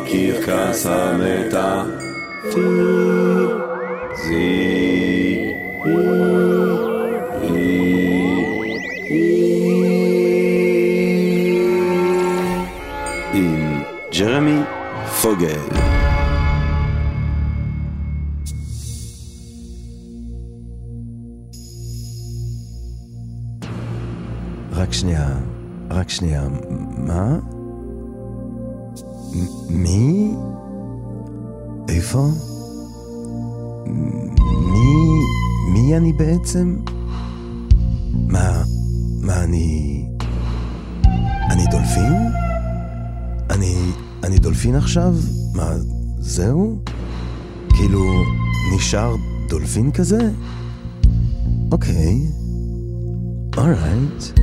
בקרקס עם ג'רמי פוגל. רק שנייה, מה? מי? איפה? מי אני בעצם? מה אני דולפין? אני דולפין עכשיו? מה, זהו? כאילו, נשאר דולפין כזה? אוקיי. alright.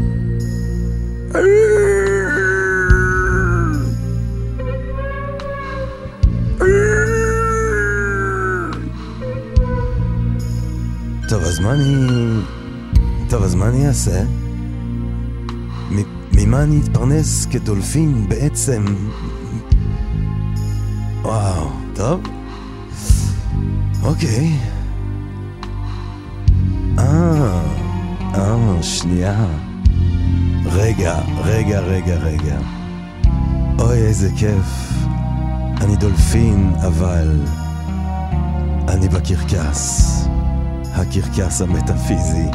טוב, אז מה אני אעשה? ממה אני אתפרנס כדולפין בעצם? וואו, טוב. אוקיי. שנייה. רגע. אוי, איזה כיף. אני דולפין, אבל אני בקרקס. הקרקס המטאפיזי.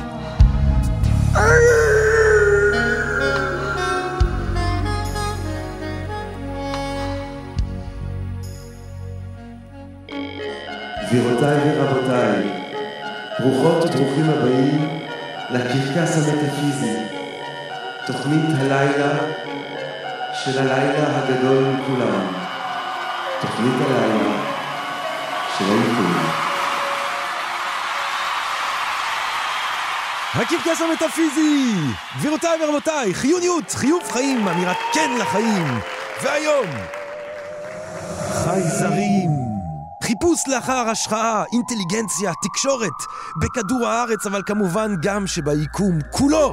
גבירותיי ורבותיי, ברוכות וברוכים הבאים לקרקס המטאפיזי, תוכנית הלילה של הלילה הגדול מכולם, תוכנית הלילה של היקום. הקרקס המטאפיזי, גבירותיי ורבותיי, חיוניות, חיוב חיים, אמירת כן לחיים. והיום חייזרים, חיפוש לאחר השחאה, אינטליגנציה, תקשורת בכדור הארץ, אבל כמובן גם שביקום כולו.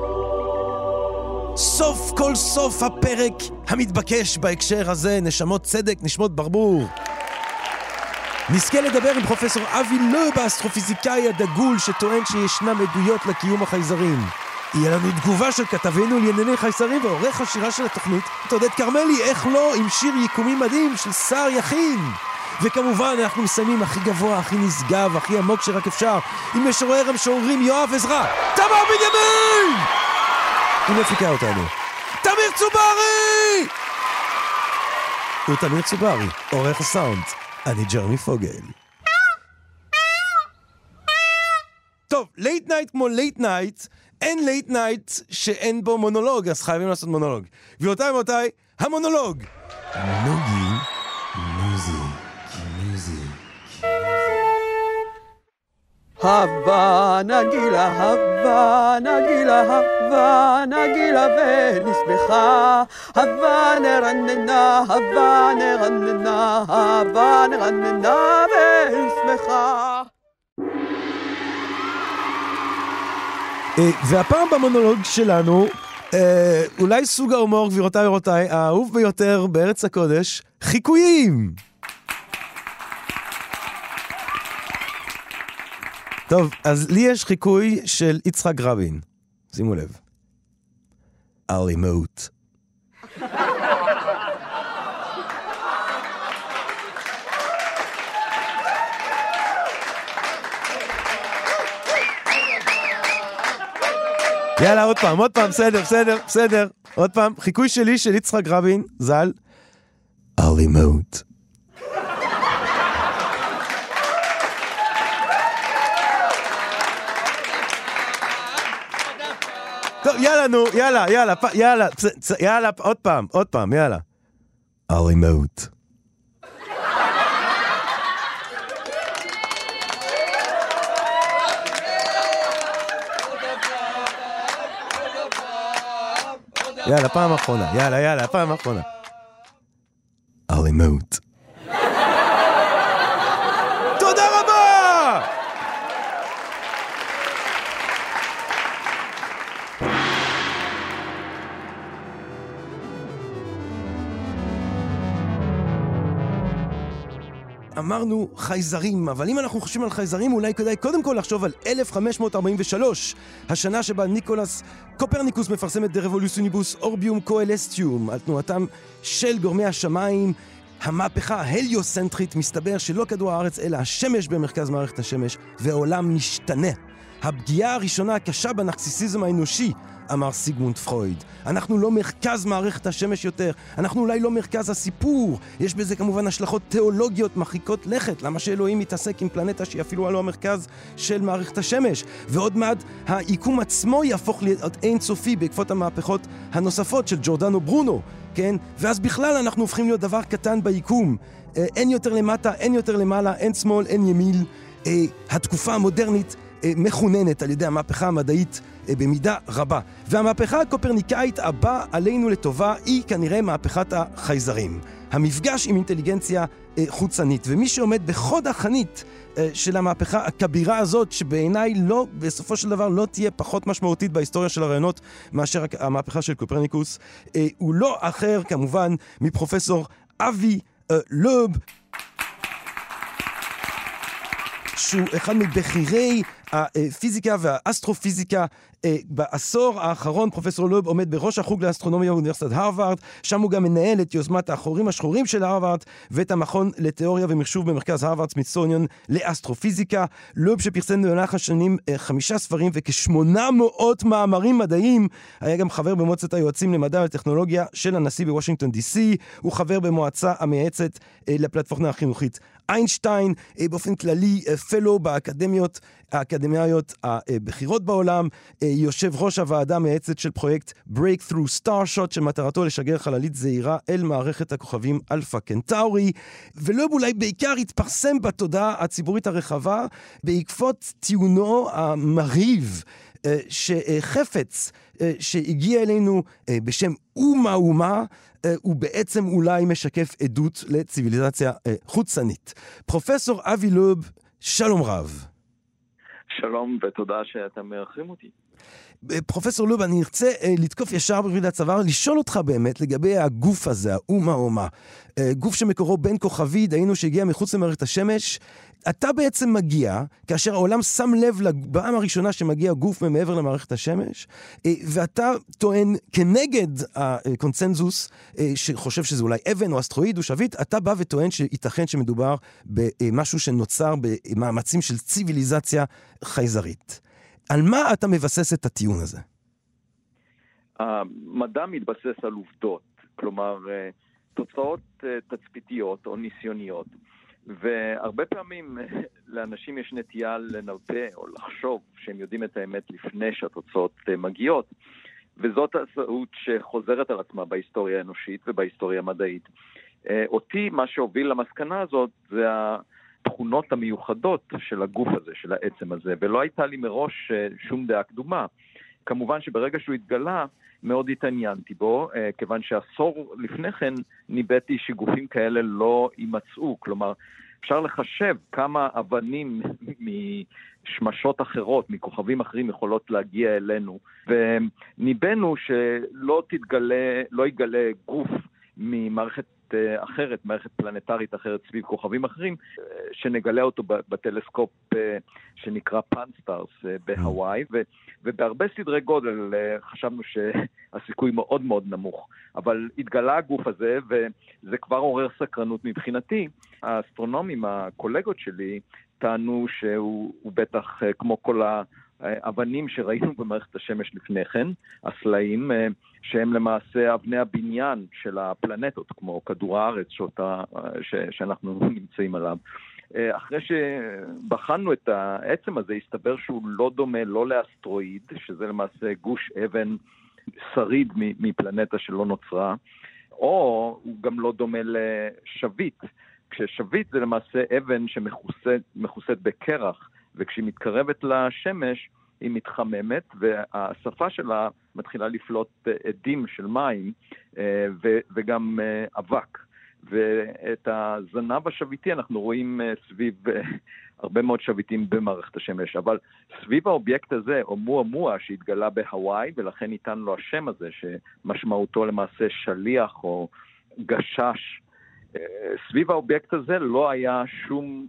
סוף כל סוף הפרק המתבקש בהקשר הזה, נשמות צדק, נשמות ברבור. נזכה לדבר עם פרופסור אבי לוב, האסטרופיזיקאי הדגול שטוען שישנם עדויות לקיום החייזרים. יהיה לנו תגובה של כתבנו לענייני חייזרים ועורך השירה של התוכנית עודד כרמלי, איך לא, עם שיר יקומי מדהים של שר יכין. וכמובן אנחנו מסיימים הכי גבוה, הכי נשגב, הכי עמוק שרק אפשר, עם משורר המשוררים יואב עזרא, תמר בנימין! היא מפיקה אותנו תמיר צוברי! הוא תמיר צוברי, עורך הסאונד. אני ג'רמי פוגל. טוב, לייט נייט כמו לייט נייט, אין לייט נייט שאין בו מונולוג, אז חייבים לעשות מונולוג. גבירותיי ומותיי, המונולוג. מונולוגים, מוזיק. הווה נגילה ונשמחה, הווה נרננה ונשמחה. והפעם במונולוג שלנו, אולי סוג ההומור, גבירותיי ורבותיי, האהוב ביותר בארץ הקודש, חיקויים. טוב, אז לי יש חיקוי של יצחק רבין. שימו לב. אלימות. יאללה, עוד פעם, בסדר. עוד פעם, חיקוי שלי של יצחק רבין, ז"ל. אלימות. טוב, יאללה, עוד פעם, יאללה. אלימות. יאללה, פעם אחרונה, פעם אחרונה. אלימות. תודה רבה! אמרנו חייזרים, אבל אם אנחנו חושבים על חייזרים, אולי כדאי קודם כל לחשוב על 1543, השנה שבה ניקולס קופרניקוס מפרסם את דה רבולוציוניבוס אורביום קואלסטיום, על תנועתם של גורמי השמיים. המהפכה ההליוסנטרית, מסתבר שלא כדור הארץ אלא השמש במרכז מערכת השמש, והעולם משתנה. הפגיעה הראשונה הקשה בנרקסיסיזם האנושי, אמר סיגמונד פרויד. אנחנו לא מרכז מערכת השמש יותר, אנחנו אולי לא מרכז הסיפור. יש בזה כמובן השלכות תיאולוגיות מרחיקות לכת. למה שאלוהים מתעסק עם פלנטה שהיא אפילו לא המרכז של מערכת השמש? ועוד מעט היקום עצמו יהפוך להיות אינסופי בעקבות המהפכות הנוספות של ג'ורדנו ברונו, כן? ואז בכלל אנחנו הופכים להיות דבר קטן ביקום. אין יותר למטה, אין יותר למעלה, אין שמאל, אין ימין. התקופה המודרנית מכוננת על ידי המהפכה המדעית במידה רבה. והמהפכה הקופרניקאית הבאה עלינו לטובה היא כנראה מהפכת החייזרים. המפגש עם אינטליגנציה חוצנית. ומי שעומד בחוד החנית של המהפכה הכבירה הזאת, שבעיניי לא, בסופו של דבר לא תהיה פחות משמעותית בהיסטוריה של הרעיונות מאשר המהפכה של קופרניקוס, הוא לא אחר כמובן מפרופסור אבי לוב, שהוא אחד מבכירי הפיזיקה והאסטרופיזיקה בעשור האחרון. פרופסור לוב עומד בראש החוג לאסטרונומיה באוניברסיטת הרווארד, שם הוא גם מנהל את יוזמת החורים השחורים של הרווארד ואת המכון לתיאוריה ומחשוב במרכז הרווארד סמיתסוניון לאסטרופיזיקה. לוב שפרסם במהלך השנים 5 ספרים וכ800 מאמרים מדעיים, היה גם חבר במועצת היועצים למדע וטכנולוגיה של הנשיא בוושינגטון די.סי, הוא חבר במועצה המייעצת לפלטפורמה החינוכית איינשטיין, באופן כללי פלו באקדמיות הבכירות בעולם, יושב ראש הוועדה המייעצת של פרויקט Breakthrough Starshot, שמטרתו לשגר חללית זעירה אל מערכת הכוכבים אלפא קנטאורי. ולוב אולי בעיקר התפרסם בתודעה הציבורית הרחבה בעקבות טיעונו המרהיב שחפץ שהגיע אלינו בשם אומה הוא בעצם אולי משקף עדות לציביליזציה חוצנית. פרופסור אבי לוב, שלום רב. שלום ותודה שאתם מארחים אותי. פרופסור לוב, אני ארצה לתקוף ישר בגביד הצוואר, לשאול אותך באמת לגבי הגוף הזה, האומה. גוף שמקורו בין כוכבי, דהיינו שהגיע מחוץ למערכת השמש. אתה בעצם מגיע, כאשר העולם שם לב לפעם הראשונה שמגיע גוף מעבר למערכת השמש, ואתה טוען כנגד הקונצנזוס, שחושב שזה אולי אבן או אסטרואיד או שביט, אתה בא וטוען שייתכן שמדובר במשהו שנוצר במאמצים של ציביליזציה חייזרית. על מה אתה מבסס את הטיעון הזה? המדע מתבסס על עובדות, כלומר תוצאות תצפיתיות או ניסיוניות, והרבה פעמים לאנשים יש נטייה לנבא או לחשוב שהם יודעים את האמת לפני שהתוצאות מגיעות, וזאת הסעות שחוזרת על עצמה בהיסטוריה האנושית ובהיסטוריה המדעית. אותי מה שהוביל למסקנה הזאת זה התכונות המיוחדות של הגוף הזה, של העצם הזה, ולא הייתה לי מראש שום דעה קדומה. כמובן שברגע שהוא התגלה, מאוד התעניינתי בו, כיוון שעשור לפני כן ניבאתי שגופים כאלה לא יימצאו. כלומר, אפשר לחשב כמה אבנים משמשות אחרות, מכוכבים אחרים יכולות להגיע אלינו, וניבאנו שלא יגלה גוף ממערכת אחרת, מערכת פלנטרית אחרת סביב כוכבים אחרים, שנגלה אותו בטלסקופ שנקרא פאנסטארס בהוואי, ובהרבה סדרי גודל חשבנו שהסיכוי מאוד מאוד נמוך, אבל התגלה הגוף הזה, וזה כבר עורר סקרנות מבחינתי. האסטרונומים, הקולגות שלי, טענו שהוא בטח כמו כל האבנים שראינו במערכת השמש לפני כן, הסלעים, שהם למעשה אבני הבניין של הפלנטות, כמו כדור הארץ שאנחנו נמצאים עליו. אחרי שבחנו את העצם הזה, הסתבר שהוא לא דומה לא לאסטרואיד, שזה למעשה גוש אבן שריד מפלנטה שלא נוצרה, או הוא גם לא דומה לשביט, כששביט זה למעשה אבן שמכוסת בקרח, וכשהיא מתקרבת לשמש היא מתחממת, והשפה שלה מתחילה לפלוט עדים של מים וגם אבק. ואת הזנב השביטי אנחנו רואים סביב הרבה מאוד שביטים במערכת השמש, אבל סביב האובייקט הזה, אומואה, שהתגלה בהוואי, ולכן ניתן לו השם הזה, שמשמעותו למעשה שליח או גשש, סביב האובייקט הזה לא היה שום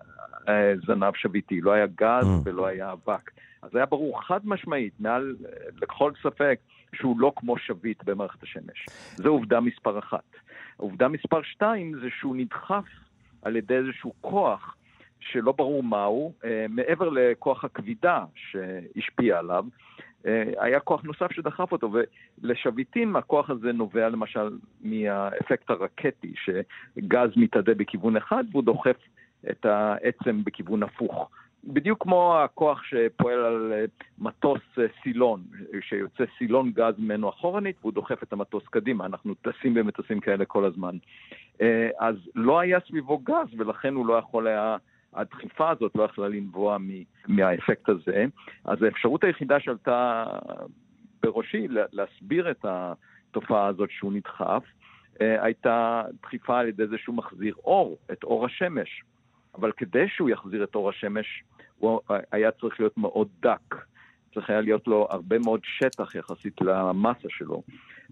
זנב שביטי, לא היה גז ולא היה אבק. אז היה ברור חד משמעית, מעל לכל ספק, שהוא לא כמו שביט במערכת השמש. זו עובדה מספר 1. עובדה מספר 2 זה שהוא נדחף על ידי איזשהו כוח שלא ברור מהו, מעבר לכוח הכבידה שהשפיע עליו, היה כוח נוסף שדחף אותו, ולשביטים הכוח הזה נובע למשל מהאפקט הרקטי, שגז מתעדה בכיוון אחד והוא דוחף את העצם בכיוון הפוך. בדיוק כמו הכוח שפועל על מטוס סילון, שיוצא סילון גז ממנו אחורנית, והוא דוחף את המטוס קדימה. אנחנו טסים במטוסים כאלה כל הזמן. אז לא היה סביבו גז, ולכן הוא לא יכול היה, הדחיפה הזאת לא יכלה לנבוע מהאפקט הזה. אז האפשרות היחידה שעלתה בראשי להסביר את התופעה הזאת שהוא נדחף, הייתה דחיפה על ידי איזשהו מחזיר אור, את אור השמש. אבל כדי שהוא יחזיר את אור השמש, הוא היה צריך להיות מאוד דק. צריך היה להיות לו הרבה מאוד שטח יחסית למסה שלו.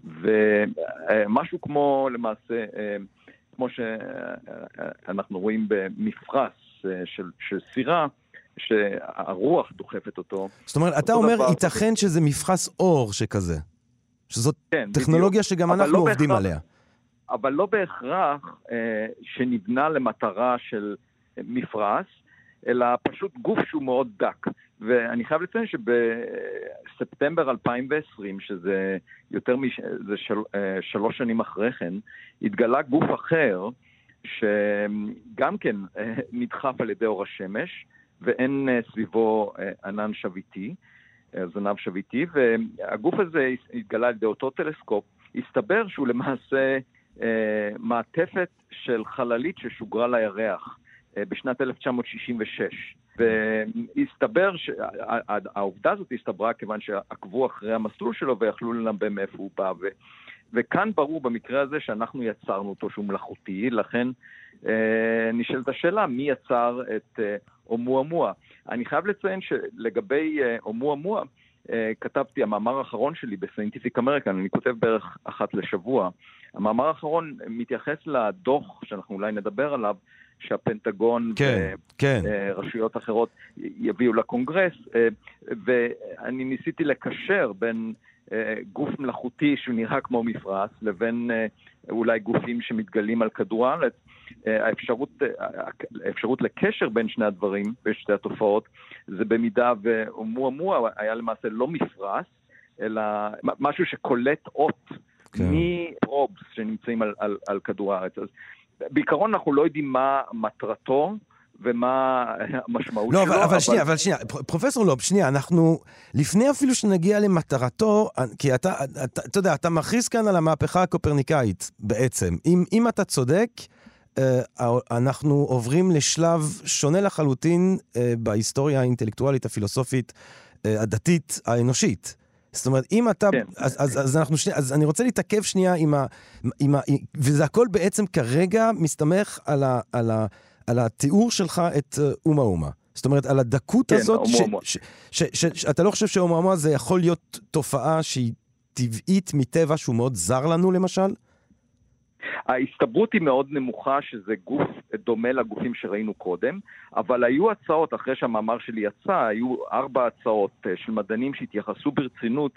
ומשהו כמו, למעשה, כמו שאנחנו רואים במפרש של סירה, שהרוח דוחפת אותו. זאת אומרת, אתה אומר, ייתכן שזה מפרש אור שכזה. שזאת טכנולוגיה שגם אנחנו עובדים עליה. אבל לא בהכרח שנבנה למטרה של מפרש, אלא פשוט גוף שהוא מאוד דק. ואני חייב לציין שבספטמבר 2020, שזה יותר זה 3 שנים אחרי כן, התגלה גוף אחר, שגם כן נדחף על ידי אור השמש, ואין סביבו ענן שביטי, זנב שביטי, והגוף הזה התגלה על ידי אותו טלסקופ, הסתבר שהוא למעשה מעטפת של חללית ששוגרה לירח בשנת 1966. והסתבר שהעובדה הזאת הסתברה כיוון שעקבו אחרי המסלול שלו ויכלו לנבא מאיפה הוא בא. וכאן ברור במקרה הזה שאנחנו יצרנו אותו שהוא מלאכותי, לכן נשאלת השאלה מי יצר את אומואמואה. אני חייב לציין שלגבי אומואמואה, כתבתי, המאמר האחרון שלי בסיינטיפיק אמריקן, אני כותב בערך 1 לשבוע. המאמר האחרון מתייחס לדוח שאנחנו אולי נדבר עליו, שהפנטגון ורשויות אחרות יביאו לקונגרס, ואני ניסיתי לקשר בין גוף מלאכותי שהוא נראה כמו מפרש, לבין אולי גופים שמתגלים על כדור הארץ. האפשרות לקשר בין שני הדברים, בין שתי התופעות, זה במידה ואומואמואה היה למעשה לא מפרש, אלא משהו שקולט אות מפרובס שנמצאים על כדור הארץ. אז בעיקרון אנחנו לא יודעים מה מטרתו ומה המשמעות שלו. לא, אבל שנייה, פרופסור לוב, שנייה, אנחנו, לפני אפילו שנגיע למטרתו, כי אתה יודע, אתה מכריז כאן על המהפכה הקופרניקאית בעצם. אם אתה צודק, אנחנו עוברים לשלב שונה לחלוטין בהיסטוריה האינטלקטואלית, הפילוסופית, הדתית, האנושית. זאת אומרת, אם אתה, אז אני רוצה להתעכב שנייה וזה הכל בעצם כרגע מסתמך על התיאור שלך את אומה. זאת אומרת, על הדקות הזאת, שאתה לא חושב שאומה זה יכול להיות תופעה שהיא טבעית מטבע, שהוא מאוד זר לנו למשל? ההסתברות היא מאוד נמוכה שזה גוף דומה לגופים שראינו קודם, אבל היו הצעות, אחרי שהמאמר שלי יצא, היו 4 הצעות של מדענים שהתייחסו ברצינות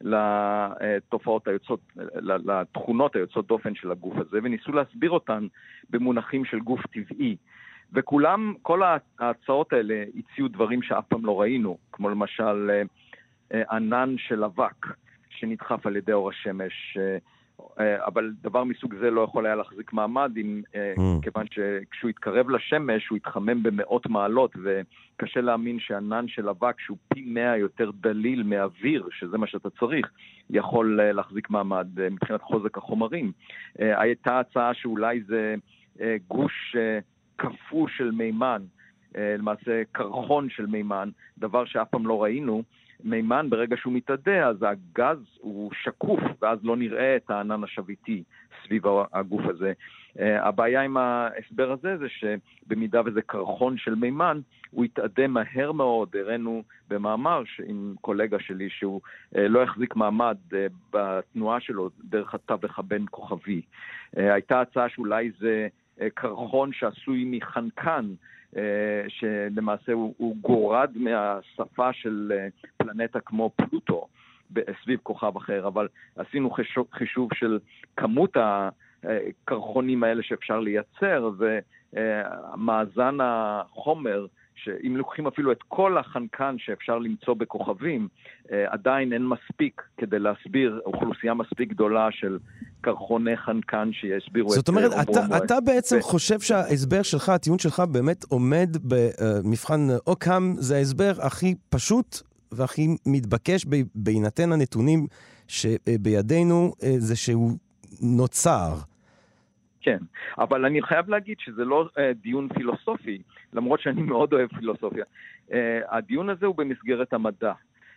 לתופעות היוצאות, לתכונות היוצאות דופן של הגוף הזה, וניסו להסביר אותן במונחים של גוף טבעי. וכולם, כל ההצעות האלה הציעו דברים שאף פעם לא ראינו, כמו למשל ענן של אבק שנדחף על ידי אור השמש, אבל דבר מסוג זה לא יכול היה להחזיק מעמד, כיוון שכשהוא התקרב לשמש הוא התחמם במאות מעלות, וקשה להאמין שענן של אבק שהוא פי 100 יותר דליל מאוויר, שזה מה שאתה צריך, יכול להחזיק מעמד מבחינת חוזק החומרים. הייתה הצעה שאולי זה גוש קפוא של מימן, למעשה קרחון של מימן, דבר שאף פעם לא ראינו. מימן ברגע שהוא מתעדה, אז הגז הוא שקוף, ואז לא נראה את הענן השביטי סביב הגוף הזה. הבעיה עם ההסבר הזה זה שבמידה וזה קרחון של מימן, הוא התאדם מהר מאוד, הראינו במאמר עם קולגה שלי שהוא לא החזיק מעמד בתנועה שלו דרך התווך הבין כוכבי. הייתה הצעה שאולי זה קרחון שעשוי מחנקן, שלמעשה הוא גורד מהשפה של פלנטה כמו פלוטו סביב כוכב אחר, אבל עשינו חישוב של כמות הקרחונים האלה שאפשר לייצר, ומאזן החומר, שאם לוקחים אפילו את כל החנקן שאפשר למצוא בכוכבים, עדיין אין מספיק כדי להסביר אוכלוסייה מספיק גדולה של קרחוני חנקן שיסבירו את... זאת אומרת, אתה בעצם חושב שההסבר שלך, הטיעון שלך באמת עומד במבחן אוקהאם, זה ההסבר הכי פשוט והכי מתבקש בהינתן הנתונים שבידינו, זה שהוא נוצר. כן, אבל אני חייב להגיד שזה לא דיון פילוסופי, למרות שאני מאוד אוהב פילוסופיה. הדיון הזה הוא במסגרת המדע,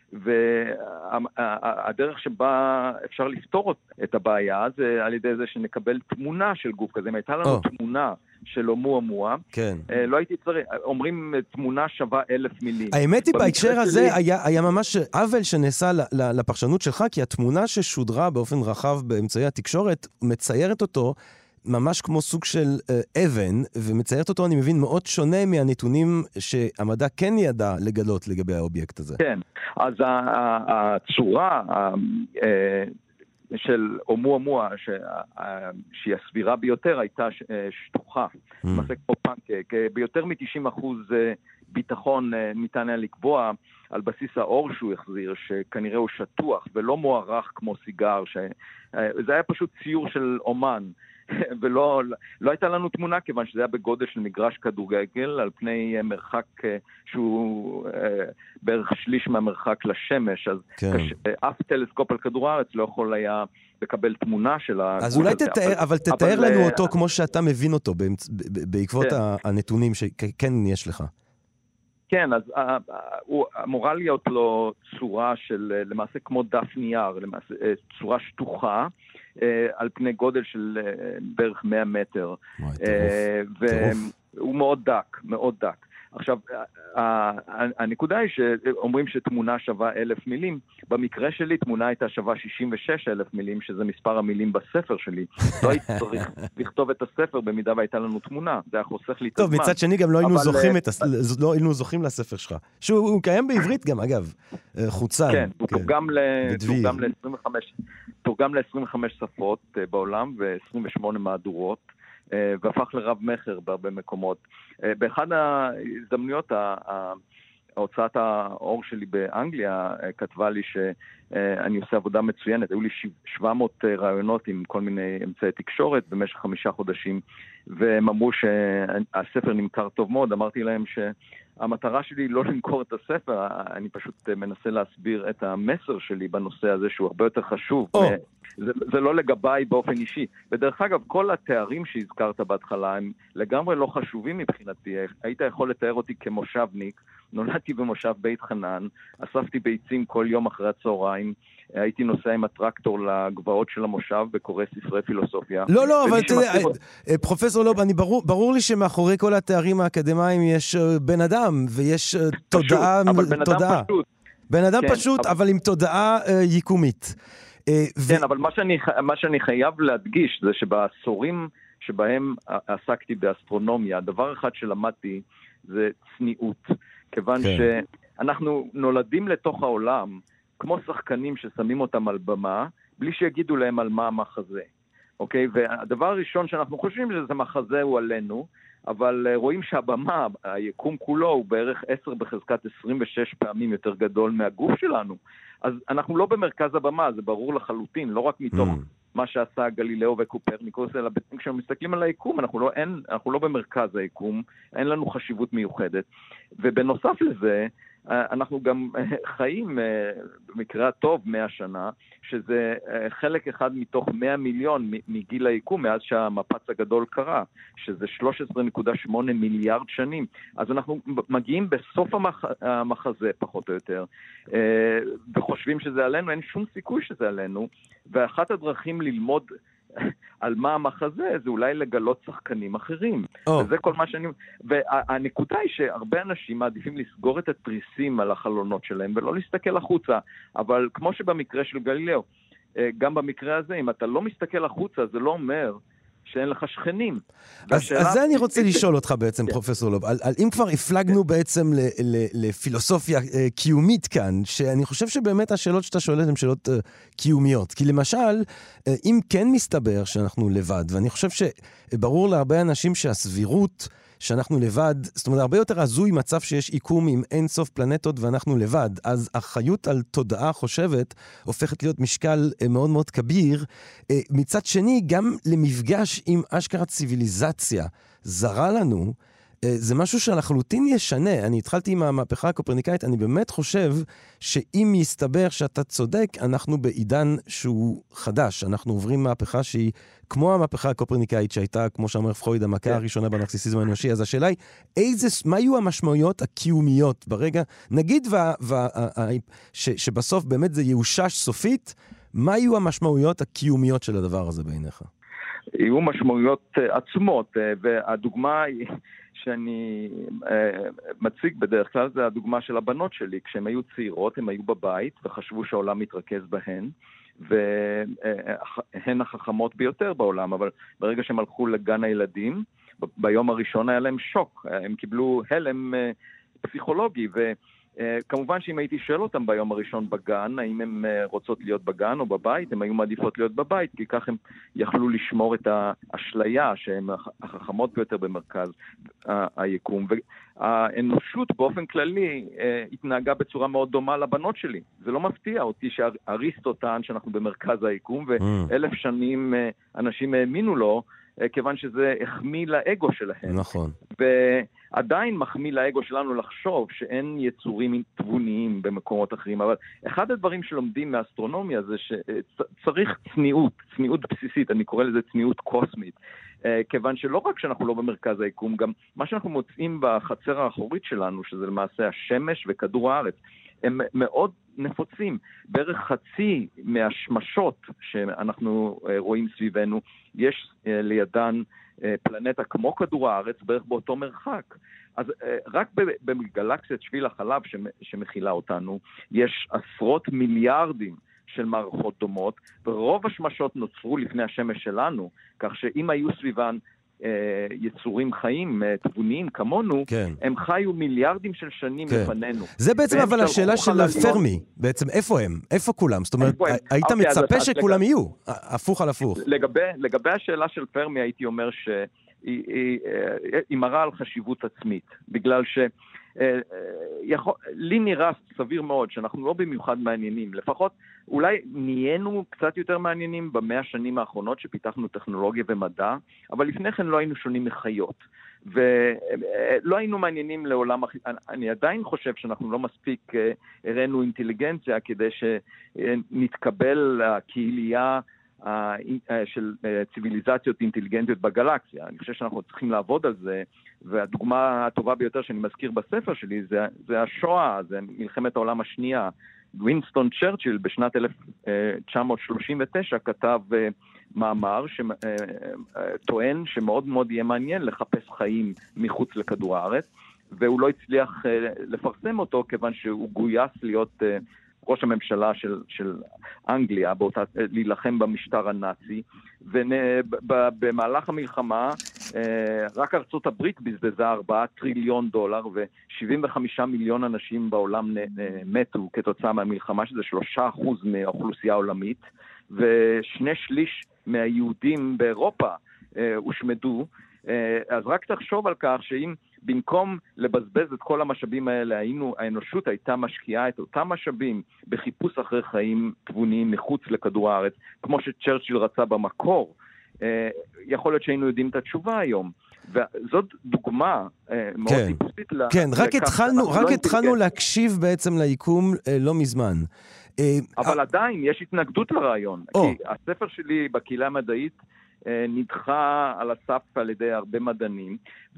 והדרך שבה אפשר לפתור את הבעיה זה על ידי זה שנקבל תמונה של גוף כזה. אם הייתה לנו תמונה של אומואמואה, לא הייתי צריך, אומרים תמונה שווה 1,000 מילים. האמת היא, בהקשר הזה היה ממש עוול שנעשה לפרשנות שלך, כי התמונה ששודרה באופן רחב באמצעי התקשורת מציירת אותו ממש כמו סוג של אבן, ומציירת אותו, אני מבין, מאוד שונה מהנתונים שהמדע כן ידע לגלות לגבי האובייקט הזה. כן, אז הצורה של אומואמואה, שהיא הסבירה ביותר, הייתה שטוחה, למעשה כמו פנקק, ביותר מ-90% ביטחון ניתן היה לקבוע על בסיס האור שהוא החזיר, שכנראה הוא שטוח ולא מוערך כמו סיגר, זה היה פשוט ציור של אומן, ולא הייתה לנו תמונה, כיוון שזה היה בגודל של מגרש כדורגל, על פני מרחק שהוא בערך שליש מהמרחק לשמש, אז אף טלסקופ על כדור הארץ לא יכול היה לקבל תמונה של אז אולי תתאר, אבל תתאר לנו אותו כמו שאתה מבין אותו, בעקבות הנתונים שכן יש לך. כן, אז אמורה להיות לו צורה של, למעשה כמו דף נייר, למעשה צורה שטוחה, על פני גודל של בערך 100 מטר. והוא מאוד דק, מאוד דק. עכשיו, הנקודה היא שאומרים שתמונה שווה 1,000 מילים. במקרה שלי תמונה הייתה שווה 66,000 מילים, שזה מספר המילים בספר שלי. לא הייתי צריך לכתוב את הספר במידה והייתה לנו תמונה. זה היה חוסך לי את הזמן. טוב, מצד שני גם לא היינו זוכים לספר שלך. שהוא קיים בעברית גם, אגב. חוצן. כן, הוא תורגם ל-25 שפות בעולם ו-28 מהדורות. והפך לרב מחר בהרבה מקומות. באחד ההזדמנויות, הוצאת האור שלי באנגליה כתבה לי שאני עושה עבודה מצוינת. היו לי 700 רעיונות עם כל מיני אמצעי תקשורת במשך 5 חודשים, והם אמרו שהספר נמכר טוב מאוד. אמרתי להם שהמטרה שלי לא למכור את הספר, אני פשוט מנסה להסביר את המסר שלי בנושא הזה, שהוא הרבה יותר חשוב. זה לא לגביי באופן אישי. ודרך אגב, כל התארים שהזכרת בהתחלה הם לגמרי לא חשובים מבחינתי. היית יכול לתאר אותי כמושבניק, נולדתי במושב בית חנן, אספתי ביצים כל יום אחרי הצהריים, הייתי נוסע עם הטרקטור לגבעות של המושב וקורא ספרי פילוסופיה. לא, אבל אתה יודע, פרופסור לוב, ברור לי שמאחורי כל התארים האקדמיים יש בן אדם, ויש תודעה. אבל בן אדם פשוט. בן אדם פשוט, אבל עם תודעה ייקומית. כן, אבל מה שאני חייב להדגיש זה שבעשורים שבהם עסקתי באסטרונומיה, דבר אחד שלמדתי זה צניעות. כיוון שאנחנו נולדים לתוך העולם כמו שחקנים ששמים אותם על במה, בלי שיגידו להם על מה המחזה. אוקיי? והדבר הראשון שאנחנו חושבים שזה מחזה הוא עלינו, אבל רואים שהבמה, היקום כולו, הוא בערך 10 בחזקת 26 פעמים יותר גדול מהגוף שלנו. אז אנחנו לא במרכז הבמה, זה ברור לחלוטין, לא רק מתוך מה שעשה גלילאו וקופרניקוס, אלא כשאנחנו מסתכלים על היקום, אנחנו לא במרכז היקום, אין לנו חשיבות מיוחדת. ובנוסף לזה, אנחנו גם חיים במקרה הטוב 100 שנה, שזה חלק אחד מתוך 100 מיליון מגיל היקום, מאז שהמפץ הגדול קרה, שזה 13.8 מיליארד שנים. אז אנחנו מגיעים בסוף המחזה, פחות או יותר, וחושבים שזה עלינו, אין שום סיכוי שזה עלינו, ואחת הדרכים ללמוד על מה המחזה, זה אולי לגלות שחקנים אחרים. וזה כל מה שאני... והנקודה היא שהרבה אנשים מעדיפים לסגור את התריסים על החלונות שלהם, ולא להסתכל החוצה. אבל כמו שבמקרה של גלילאו, גם במקרה הזה, אם אתה לא מסתכל החוצה, זה לא אומר שאין לך שכנים. אז זה אני רוצה לשאול אותך בעצם, פרופסור לוב, על אם כבר הפלגנו בעצם לפילוסופיה קיומית כאן, שאני חושב שבאמת השאלות שאתה שואלת הן שאלות קיומיות. כי למשל, אם כן מסתבר שאנחנו לבד, ואני חושב שברור להרבה אנשים שהסבירות שאנחנו לבד, זאת אומרת, הרבה יותר הזוי מצב שיש עיקום עם אין סוף פלנטות ואנחנו לבד, אז החיות על תודעה חושבת הופכת להיות משקל מאוד מאוד כביר. מצד שני, גם למפגש עם אשכרה ציוויליזציה זרה לנו, זה משהו שלחלוטין ישנה. אני התחלתי עם המהפכה הקופרניקאית, אני באמת חושב שאם יסתבר שאתה צודק, אנחנו בעידן שהוא חדש. אנחנו עוברים מהפכה שהיא כמו המהפכה הקופרניקאית שהייתה, כמו שאמר פרויד, המכה הראשונה בנרקסיסיזם האנושי. אז השאלה היא, מה יהיו המשמעויות הקיומיות ברגע, נגיד שבסוף באמת זה יאושש סופית, מה יהיו המשמעויות הקיומיות של הדבר הזה בעיניך? יהיו משמעויות עצומות, והדוגמה היא... שאני מציג בדרך כלל, זה הדוגמה של הבנות שלי. כשהן היו צעירות, הן היו בבית וחשבו שהעולם מתרכז בהן, והן החכמות ביותר בעולם, אבל ברגע שהם הלכו לגן הילדים, ביום הראשון היה להם שוק, הם קיבלו הלם פסיכולוגי, וכמובן שאם הייתי שואל אותם ביום הראשון בגן, האם הן רוצות להיות בגן או בבית, הן היו מעדיפות להיות בבית, כי כך הם יכלו לשמור את האשליה שהן החכמות ביותר במרכז היקום. והאנושות באופן כללי התנהגה בצורה מאוד דומה לבנות שלי. זה לא מפתיע אותי שאריסטו טען שאנחנו במרכז היקום, ו1000 שנים אנשים האמינו לו, כיוון שזה החמיא לאגו שלהם. נכון. ועדיין מחמיא לאגו שלנו לחשוב שאין יצורים תבוניים במקומות אחרים, אבל אחד הדברים שלומדים מאסטרונומיה זה שצריך צניעות בסיסית, אני קורא לזה צניעות קוסמית, כיוון שלא רק שאנחנו לא במרכז היקום, גם מה שאנחנו מוצאים בחצר האחורית שלנו, שזה למעשה השמש וכדור הארץ, הם מאוד נפוצים. בערך חצי מהשמשות שאנחנו רואים סביבנו, יש לידן פלנטה כמו כדור הארץ בערך באותו מרחק. אז רק בגלקסיית שביל החלב שמכילה אותנו, יש עשרות מיליארדים של מערכות דומות, ורוב השמשות נוצרו לפני השמש שלנו, כך שאם היו סביבן יצורים חיים, תבוניים כמונו, כן. הם חיו מיליארדים של שנים כן. לפנינו. זה בעצם אבל השאלה של פרמי, בעצם איפה הם? איפה כולם? זאת אומרת, היית מצפה שכולם יהיו, הפוך על הפוך. לגבי השאלה של פרמי הייתי אומר שהיא מראה על חשיבות עצמית, בגלל לי נראה סביר מאוד שאנחנו לא במיוחד מעניינים, לפחות אולי נהיינו קצת יותר מעניינים ב100 שנים האחרונות שפיתחנו טכנולוגיה ומדע, אבל לפני כן לא היינו שונים מחיות, ולא היינו מעניינים לעולם, אני עדיין חושב שאנחנו לא מספיק הראינו אינטליגנציה כדי שנתקבל הקהילייה של ציוויליזציות אינטליגנטיות בגלקסיה. אני חושב שאנחנו צריכים לעבוד על זה, והדוגמה הטובה ביותר שאני מזכיר בספר שלי זה השואה, זה מלחמת העולם השנייה. ווינסטון צ'רצ'יל בשנת 1939 כתב מאמר שטוען שמאוד מאוד יהיה מעניין לחפש חיים מחוץ לכדור הארץ, והוא לא הצליח לפרסם אותו כיוון שהוא גויס להיות ראש הממשלה של אנגליה, להילחם במשטר הנאצי, ובמהלך המלחמה רק ארצות הברית בזבזה $4 טריליון, ו-75 מיליון אנשים בעולם מתו כתוצאה מהמלחמה, שזה 3% מהאוכלוסייה העולמית, ו2/3 מהיהודים באירופה הושמדו. אז רק תחשוב על כך שאם במקום לבזבז את כל המשאבים האלה, האנושות הייתה משקיעה את אותם משאבים בחיפוש אחרי חיים תבוניים מחוץ לכדור הארץ, כמו שצ'רצ'יל רצה במקור, יכול להיות שהיינו יודעים את התשובה היום. וזאת דוגמה מאוד טיפוסית. כן, רק התחלנו להקשיב בעצם ליקום לא מזמן. אבל עדיין יש התנגדות לרעיון. כי הספר שלי בקהילה המדעית נדחה על הסף על ידי הרבה מדענים,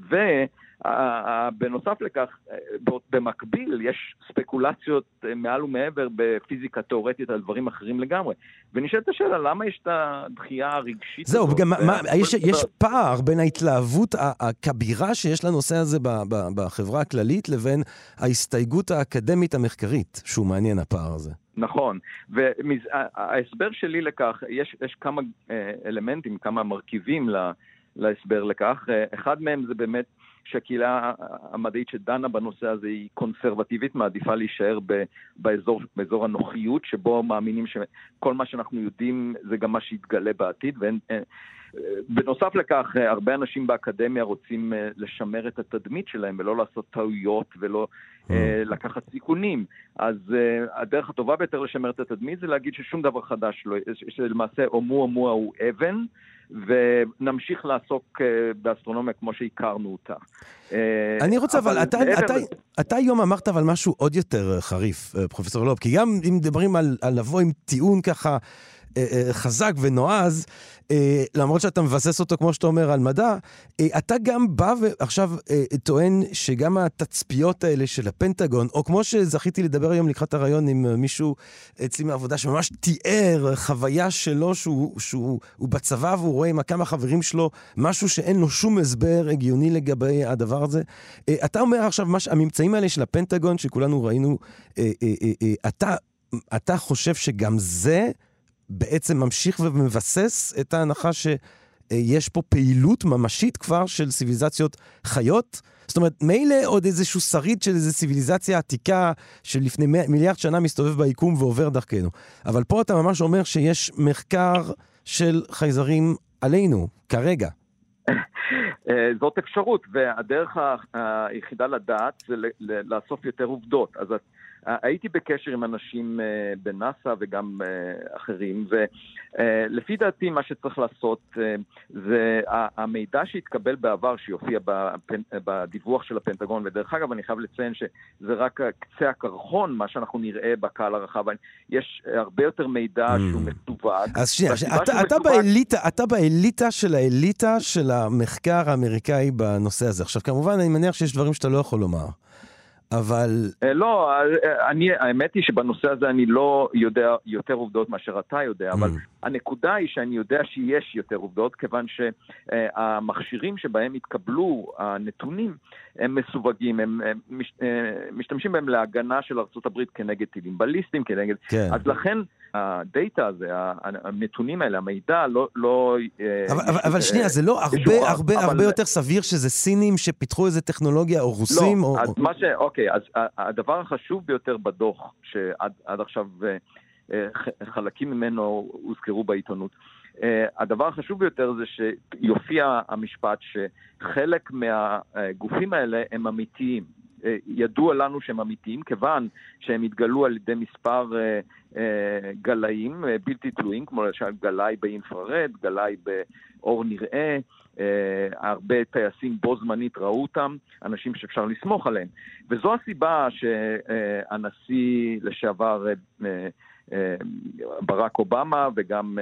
ובנוסף לכך, במקביל יש ספקולציות מעל ומעבר בפיזיקה תיאורטית על דברים אחרים לגמרי. ונשאלת השאלה, למה יש את הדחייה הרגשית הזאת? זהו, וגם יש פער בין ההתלהבות הכבירה שיש לנושא הזה בחברה הכללית, לבין ההסתייגות האקדמית המחקרית, שהוא מעניין הפער הזה. נכון, וההסבר שלי לכך, יש כמה אלמנטים, כמה מרכיבים להסבר לכך. אחד מהם זה באמת שהקהילה המדעית שדנה בנושא הזה היא קונסרבטיבית, מעדיפה להישאר באזור הנוחיות, שבו מאמינים שכל מה שאנחנו יודעים זה גם מה שיתגלה בעתיד, בנוסף לכך, הרבה אנשים באקדמיה רוצים לשמר את התדמית שלהם ולא לעשות טעויות ולא לקחת סיכונים. אז הדרך הטובה ביותר לשמר את התדמית זה להגיד ששום דבר חדש לא, שלמעשה אומוע הוא אבן, ונמשיך לעסוק באסטרונומיה כמו שהכרנו אותה. אני רוצה, אבל אתה היום אמרת אבל משהו עוד יותר חריף, פרופסור לוב, כי גם אם מדברים על לבוא עם טיעון ככה חזק ונועז, למרות שאתה מבסס אותו, כמו שאתה אומר, על מדע, אתה גם בא ועכשיו טוען שגם התצפיות האלה של הפנטגון, או כמו שזכיתי לדבר היום לקראת הרעיון עם מישהו אצלי מהעבודה, שממש תיאר חוויה שלו, שהוא בצבא והוא רואה עם כמה חברים שלו, משהו שאין לו שום הסבר הגיוני לגבי הדבר הזה. אתה אומר עכשיו, הממצאים האלה של הפנטגון, שכולנו ראינו, אתה חושב שגם זה בעצם ממשיך ומבסס את ההנחה שיש פה פעילות ממשית כבר של ציוויליזציות חיות? זאת אומרת, מילא עוד איזשהו שריד של איזו ציוויליזציה עתיקה שלפני מיליארד שנה מסתובב ביקום ועובר דרכנו. אבל פה אתה ממש אומר שיש מחקר של חייזרים עלינו, כרגע. זאת אפשרות, והדרך היחידה לדעת זה לאסוף יותר עובדות. אז הייתי בקשר עם אנשים בנאסא וגם אחרים, ולפי דעתי מה שצריך לעשות זה המידע שהתקבל בעבר, שיופיע בדיווח של הפנטגון, ודרך אגב אני חייב לציין שזה רק קצה הקרחון, מה שאנחנו נראה בקהל הרחב, יש הרבה יותר מידע שהוא מסווג. אז שנייה, אתה באליטה של האליטה של המחקר האמריקאי בנושא הזה. עכשיו כמובן אני מניח שיש דברים שאתה לא יכול לומר. אבל... לא, האמת היא שבנושא הזה אני לא יודע יותר עובדות מאשר אתה יודע, אבל הנקודה היא שאני יודע שיש יותר עובדות, כיוון שהמכשירים שבהם התקבלו הנתונים הם מסווגים, הם משתמשים בהם להגנה של ארצות הברית כנגד טילים בליסטיים, כנגד... אז לכן הדאטה הזה, הנתונים האלה, המידע לא... אבל שנייה, זה לא הרבה יותר סביר שזה סינים שפיתחו איזה טכנולוגיה או רוסים? לא, אז מה אוקיי, אז הדבר החשוב ביותר בדוח, שעד עכשיו חלקים ממנו הוזכרו בעיתונות, הדבר החשוב ביותר זה שיופיע המשפט שחלק מהגופים האלה הם אמיתיים. ידוע לנו שהם אמיתיים, כיוון שהם התגלו על ידי מספר גלאים בלתי תלויים, כמו למשל גלאי באינפררד, גלאי באור נראה, הרבה טייסים בו זמנית ראו אותם, אנשים שאפשר לסמוך עליהם. וזו הסיבה שהנשיא לשעבר ברק אובמה וגם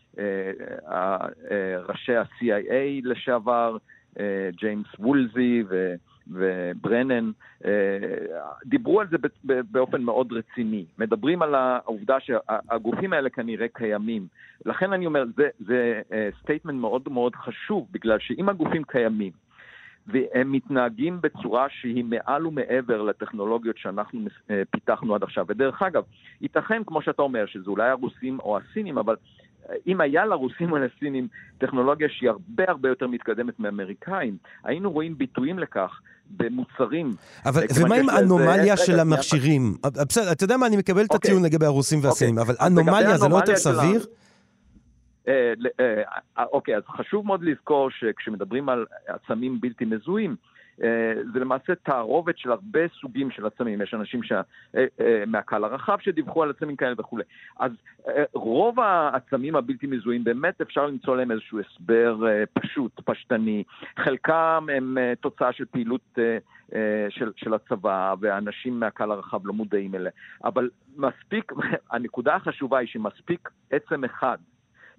ראשי ה-CIA לשעבר, ג'יימס וולזי וברנן, דיברו על זה באופן מאוד רציני. מדברים על העובדה שהגופים האלה כנראה קיימים. לכן אני אומר, זה סטייטמנט מאוד מאוד חשוב, בגלל שאם הגופים קיימים, והם מתנהגים בצורה שהיא מעל ומעבר לטכנולוגיות שאנחנו פיתחנו עד עכשיו. ודרך אגב, ייתכן, כמו שאתה אומר, שזה אולי הרוסים או הסינים, אבל אם היה לרוסים או לסינים טכנולוגיה שהיא הרבה יותר מתקדמת מאמריקאים, היינו רואים ביטויים לכך במוצרים. ומה עם אנומליה של המכשירים? בסדר, אתה יודע מה, אני מקבל את הטיעון לגבי הרוסים והסינים, אבל אנומליה זה לא יותר סביר? אוקיי, אז חשוב מאוד לזכור שכשמדברים על עצמים בלתי מזוהים, זה למעשה תערובת של הרבה סוגים של עצמים. יש אנשים מהקהל הרחב שדיווחו על עצמים כאלה וכו'. אז רוב העצמים הבלתי מזוהים באמת אפשר למצוא להם איזשהו הסבר פשוט, פשטני. חלקם הם תוצאה של פעילות של הצבא, ואנשים מהקהל הרחב לא מודעים אליה. אבל מספיק, הנקודה החשובה היא שמספיק עצם אחד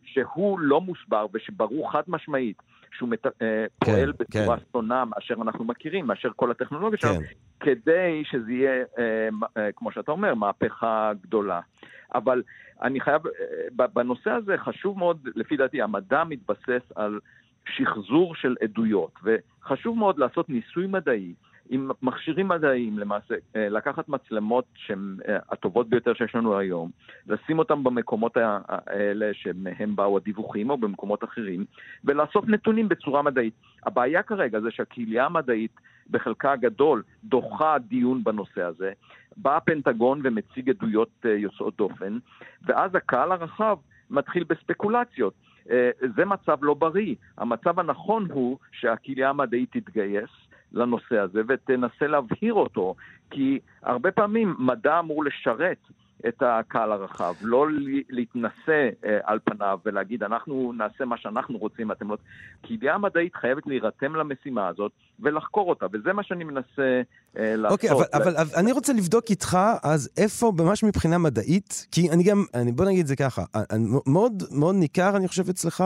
שהוא לא מוסבר, ושברור חד משמעית, שהוא פועל בצורה סונה מאשר אנחנו מכירים, מאשר כל הטכנולוגיה שלנו, כדי שזה יהיה, כמו שאתה אומר, מהפכה גדולה. אבל אני חייב, בנושא הזה חשוב מאוד, לפי דעתי, המדע מתבסס על שחזור של עדויות, וחשוב מאוד לעשות ניסוי מדעי, עם מכשירים מדעיים למעשה, לקחת מצלמות שהן הטובות ביותר שיש לנו היום, לשים אותם במקומות האלה שמהם באו הדיווחים או במקומות אחרים, ולאסוף נתונים בצורה מדעית. הבעיה כרגע זה שהקהילה המדעית בחלקה הגדול דוחה דיון בנושא הזה, בא הפנטגון ומציג עדויות יוצאות דופן, ואז הקהל הרחב מתחיל בספקולציות. זה מצב לא בריא. המצב הנכון הוא שהקהילה המדעית תתגייס לנושא הזה ותנסה להבהיר אותו, כי הרבה פעמים מדע אמור לשרת את הקהל הרחב, לא להתנסה על פניו ולהגיד אנחנו נעשה מה שאנחנו רוצים, אתם לא... קהילה המדעית חייבת להירתם למשימה הזאת ולחקור אותה, וזה מה שאני מנסה לעשות. אוקיי, אבל אני רוצה לבדוק איתך, אז איפה ממש מבחינה מדעית, כי בוא נגיד את זה ככה, מאוד מאוד ניכר אני חושב אצלך,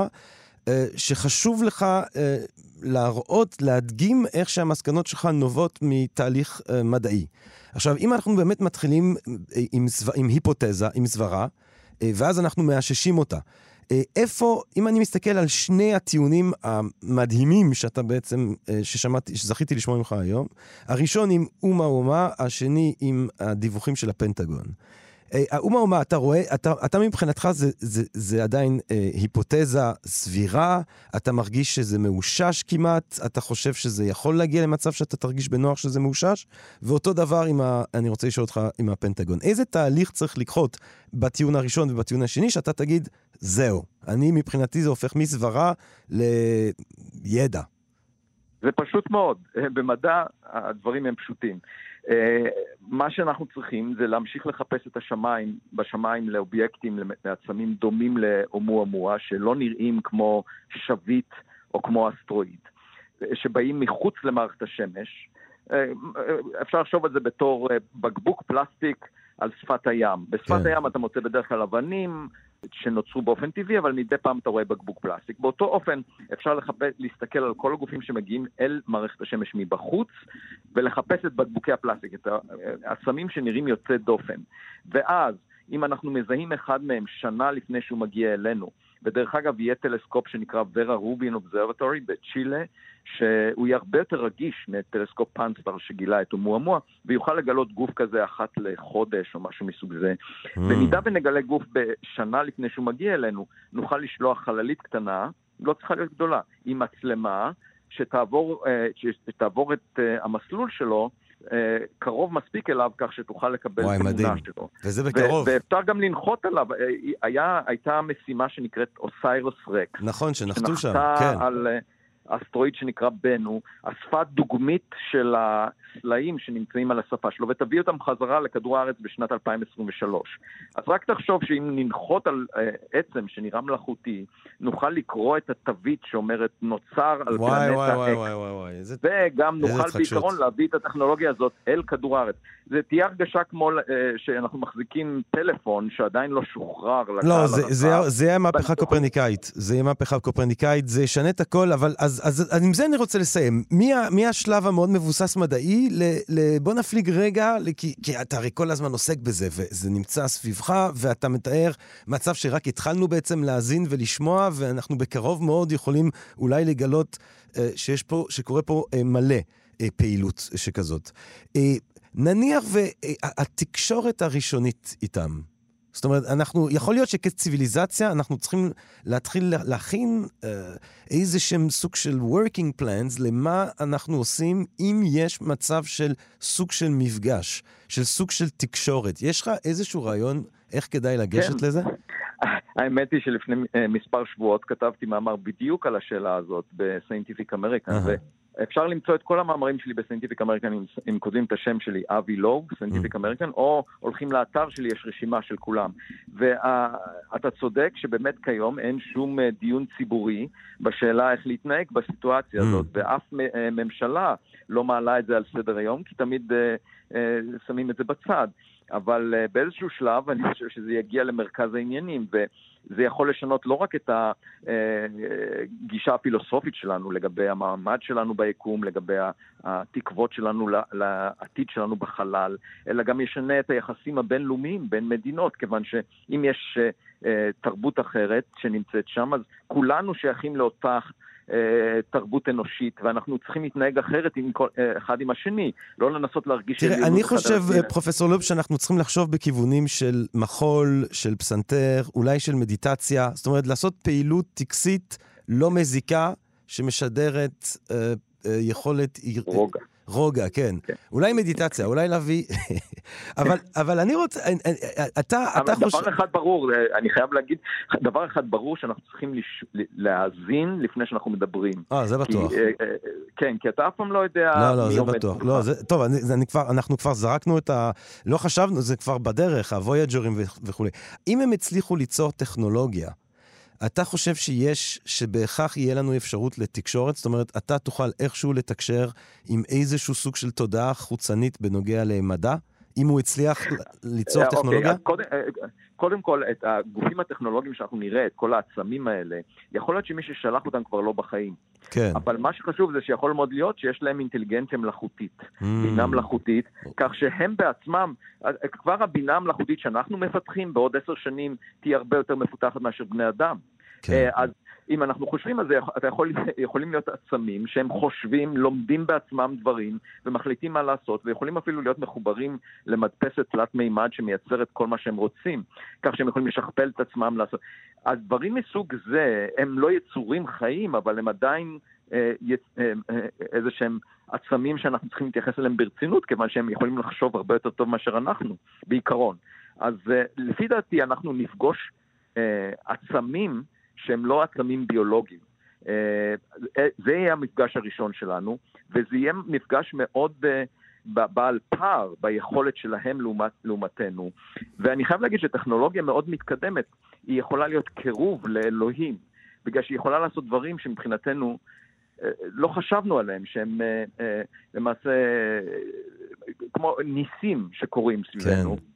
שחשוב לך להראות, להדגים איך שהמסקנות שלך נובעות מתהליך מדעי. עכשיו, אם אנחנו באמת מתחילים עם היפותזה, עם סברה, ואז אנחנו מאששים אותה, איפה, אם אני מסתכל על שני הטיעונים המדהימים שאתה בעצם, שזכיתי לשמוע ממך היום, הראשון עם אומה, השני עם הדיווחים של הפנטגון. אומה, אתה רואה, אתה מבחינתך זה עדיין היפותזה סבירה, אתה מרגיש שזה מאושש כמעט, אתה חושב שזה יכול להגיע למצב שאתה תרגיש בנוח שזה מאושש, ואותו דבר אני רוצה לשאול אותך עם הפנטגון. איזה תהליך צריך לקחות בטיעון הראשון ובטיעון השני, שאתה תגיד, זהו, מבחינתי זה הופך מסברה לידע. זה פשוט מאוד, במדע הדברים הם פשוטים. מה שאנחנו צריכים זה להמשיך לחפש את בשמיים לאובייקטים, לעצמים דומים לאומואה, שלא נראים כמו שביט או כמו אסטרואיד, שבאים מחוץ למערכת השמש. אפשר לחשוב על זה בתור בקבוק פלסטיק על שפת הים. בשפת הים אתה מוצא בדרך כלל אבנים שנוצרו באופן טבעי, אבל מדי פעם אתה רואה בקבוק פלסטיק. באותו אופן אפשר להסתכל על כל הגופים שמגיעים אל מערכת השמש מבחוץ, ולחפש את בקבוקי הפלסטיק, את העצמים שנראים יוצא דופן. ואז, אם אנחנו מזהים אחד מהם שנה לפני שהוא מגיע אלינו, ודרך אגב יהיה טלסקופ שנקרא ורה רובין אובזרבטורי בצ'ילה, שהוא יהיה הרבה יותר רגיש מטלסקופ פנסטר שגילה את אומואה, ויוכל לגלות גוף כזה אחת לחודש או משהו מסוג זה. במידה ונגלה גוף בשנה לפני שהוא מגיע אלינו, נוכל לשלוח חללית קטנה, לא צריכה להיות גדולה, עם מצלמה שתעבור את המסלול שלו, קרוב מספיק אליו כך שתוכל לקבל תמונה שלו. וזה בקרוב. ואפשר גם לנחות עליו. הייתה משימה שנקראת אוסיירוס רקס. נכון, שנחתו שם. שנחתה על אסטרואיד שנקרא בנו, אספה דוגמית של הסלעים שנמצאים על השפה שלו, ותביא אותם חזרה לכדור הארץ בשנת 2023. אז רק תחשוב שאם ננחות על עצם שנראה מלאכותי, נוכל לקרוא את התווית שאומרת נוצר על פלנטה אקס. וגם נוכל בעיקרון להביא את הטכנולוגיה הזאת אל כדור הארץ. זה תהיה הרגשה כמו שאנחנו מחזיקים טלפון שעדיין לא שוחרר. לא, זה יהיה מהפכה קופרניקאית. זה יהיה מהפכה קופרניקאית, זה ישנה את הכל, אבל אז עם זה אני רוצה לסיים. מי השלב המאוד מבוסס מדעי? בוא נפליג רגע, כי אתה הרי כל הזמן עוסק בזה, וזה נמצא סביבך, ואתה מתאר מצב שרק התחלנו בעצם להזין ולשמוע, ואנחנו בקרוב מאוד יכולים אולי לגלות שקורה פה מלא פעילות שכזאת. נניח והתקשורת הראשונית איתם, זאת אומרת, יכול להיות שכציביליזציה אנחנו צריכים להתחיל להכין איזה שהם סוג של working plans למה אנחנו עושים אם יש מצב של סוג של מפגש, של סוג של תקשורת. יש לך איזשהו רעיון איך כדאי לגשת לזה? האמת היא שלפני מספר שבועות כתבתי מאמר בדיוק על השאלה הזאת בסיינטיפיק אמריקן, אפשר למצוא את כל המאמרים שלי בסיינטיפיק אמריקן, אם כותבים את השם שלי, אבי לוב, סיינטיפיק אמריקן, או הולכים לאתר שלי, יש רשימה של כולם. ואתה צודק שבאמת כיום אין שום דיון ציבורי בשאלה איך להתנהג בסיטואציה הזאת, ואף ממשלה לא מעלה את זה על סדר היום, כי תמיד שמים את זה בצד. אבל באיזשהו שלב אני חושב שזה יגיע למרכז העניינים, וזה יכול לשנות לא רק את הגישה הפילוסופית שלנו לגבי המעמד שלנו ביקום, לגבי התקוות שלנו לעתיד שלנו בחלל, אלא גם ישנה את היחסים הבינלאומיים בין מדינות, כיוון שאם יש תרבות אחרת שנמצאת שם, אז כולנו שייכים לאותה תרבות אנושית, ואנחנו צריכים להתנהג אחרת אחד עם השני, לא לנסות להרגיש... תראה, אני חושב, פרופסור לוב, שאנחנו צריכים לחשוב בכיוונים של מחול, של פסנתר, אולי של מדיטציה, זאת אומרת, לעשות פעילות טקסית לא מזיקה, שמשדרת יכולת... רוגע, כן. אולי מדיטציה, אולי להביא... אבל אני רוצה... אתה חושב... דבר אחד ברור, אני חייב להגיד, דבר אחד ברור שאנחנו צריכים להאזין לפני שאנחנו מדברים. זה בטוח. כן, כי אתה אף פעם לא יודע... לא, זה בטוח. טוב, אנחנו כבר זרקנו את ה... לא חשבנו, זה כבר בדרך, הוויאג'רים וכו'. אם הם הצליחו ליצור טכנולוגיה, אתה חושב שבהכרח יהיה לנו אפשרות לתקשורת? זאת אומרת, אתה תוכל איכשהו לתקשר עם איזשהו סוג של תודעה חוצנית בנוגע למדע? אם הוא הצליח ליצור טכנולוגיה? קודם כל, את הגופים הטכנולוגיים שאנחנו נראה, את כל העצמים האלה, יכול להיות שמי ששלח אותם כבר לא בחיים. כן. אבל מה שחשוב זה שיכול מאוד להיות שיש להם אינטליגנציה מלאכותית, בינה מלאכותית, כך שהם בעצמם, כבר הבינה המלאכותית שאנחנו מפתחים בעוד 10 שנים תהיה הרבה יותר מפותחת מאשר בני אדם. כן. אז אם אנחנו חושבים על זה, יכולים להיות עצמים שהם חושבים, לומדים בעצמם דברים ומחליטים מה לעשות, ויכולים אפילו להיות מחוברים למדפסת תלת מימד שמייצרת כל מה שהם רוצים, כך שהם יכולים לשכפל את עצמם לעשות. אז דברים מסוג זה הם לא יצורים חיים, אבל הם עדיין איזה שהם עצמים שאנחנו צריכים להתייחס אליהם ברצינות, כיוון שהם יכולים לחשוב הרבה יותר טוב מאשר אנחנו, בעיקרון. אז לפי דעתי אנחנו נפגוש עצמים שהם לא עצמים ביולוגיים. זה יהיה המפגש הראשון שלנו, וזה יהיה מפגש מאוד בעל פער ביכולת שלהם לעומתנו. ואני חייב להגיד שטכנולוגיה מאוד מתקדמת, היא יכולה להיות קירוב לאלוהים, בגלל שהיא יכולה לעשות דברים שמבחינתנו לא חשבנו עליהם, שהם למעשה כמו ניסים שקורים סביבנו. כן.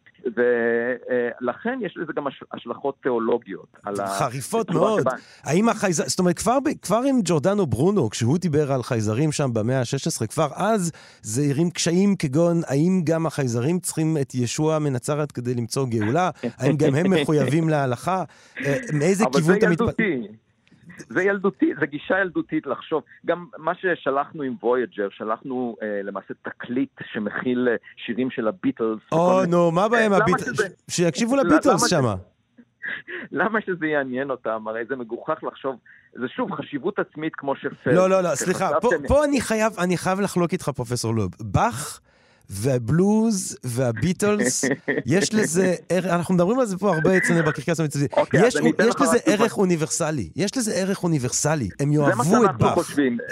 ולכן יש לזה גם השלכות תיאולוגיות. חריפות מאוד. האם החייזר, זאת אומרת, כבר עם ג'ורדנו ברונו, כשהוא דיבר על חייזרים שם במאה ה-16, כבר אז זה הרים קשיים כגון, האם גם החייזרים צריכים את ישוע מנצרת כדי למצוא גאולה? האם גם הם מחויבים להלכה? מאיזה כיוון אתה זה ילדותי, זה גישה ילדותית לחשוב. גם מה ששלחנו עם וויג'ר, שלחנו למעשה תקליט שמכיל שירים של הביטלס. נו, מה בהם הביטלס? שיקשיבו לביטלס שמה. למה שזה יעניין אותם? הרי זה מגוחך לחשוב, זה שוב חשיבות עצמית כמו שפל. לא, סליחה, פה אני חייב לחלוק איתך פרופסור לוב. באך והבלוז והביטלס, יש לזה, אנחנו מדברים על זה פה הרבה אצלנו בקרקס המצווי, יש לזה ערך אוניברסלי, הם יאהבו את באך,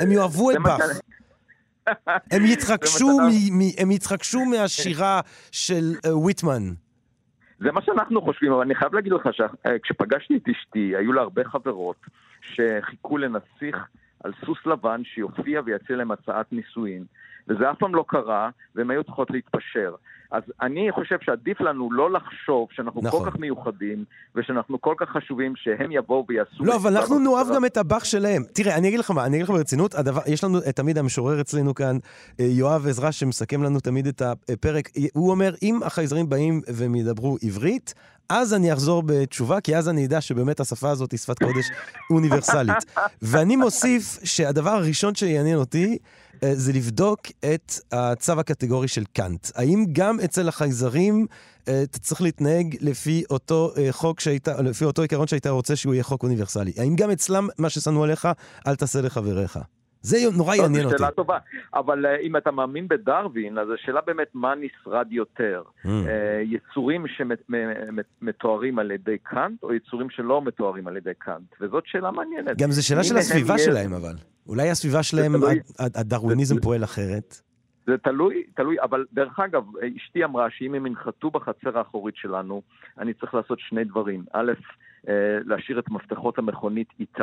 הם יתחקשו מהשירה של וויטמן. זה מה שאנחנו חושבים, אבל אני חייב להגיד לך שכשפגשתי את אשתי, היו לה הרבה חברות שחיכו לנסיך על סוס לבן שיופיע ויציע להם הצעת נישואין, וזה אף פעם לא קרה, והם היו צריכות להתפשר. אז אני חושב שעדיף לנו לא לחשוב שאנחנו כל כך מיוחדים, ושאנחנו כל כך חשובים שהם יבואו ויעשו... לא, אבל אנחנו נאהב גם את הבח שלהם. תראה, אני אגיד לך ברצינות, יש לנו תמיד המשורר אצלנו כאן, יואב עזרא, שמסכם לנו תמיד את הפרק, הוא אומר, אם החייזרים באים והם ידברו עברית, אז אני אחזור בתשובה, כי אז אני אדע שבאמת השפה הזאת היא שפת קודש אוניברסלית. ואני מוסיף שהדבר הראשון שיעניין אותי, זה לבדוק את הצו הקטגורי של קאנט. האם גם אצל החייזרים אתה צריך להתנהג לפי אותו חוק לפי אותו עיקרון שהיית רוצה שהוא יהיה חוק אוניברסלי? האם גם אצלם מה ששנוא עליך, אל תעשה לחבריך? זה נורא יעניין אותי. זו שאלה טובה, אבל אם אתה מאמין בדרווין, אז השאלה באמת מה נשרד יותר? יצורים שמתוארים על ידי קאנט, או יצורים שלא מתוארים על ידי קאנט? וזאת שאלה מעניינת. גם זו שאלה של הסביבה שלהם, אבל. אולי הסביבה שלהם, הדרוויניזם פועל אחרת? זה תלוי, אבל דרך אגב, אשתי אמרה שאם הם ינחתו בחצר האחורית שלנו, אני צריך לעשות 2 דברים. א', להשאיר את מפתחות המכונית איתה,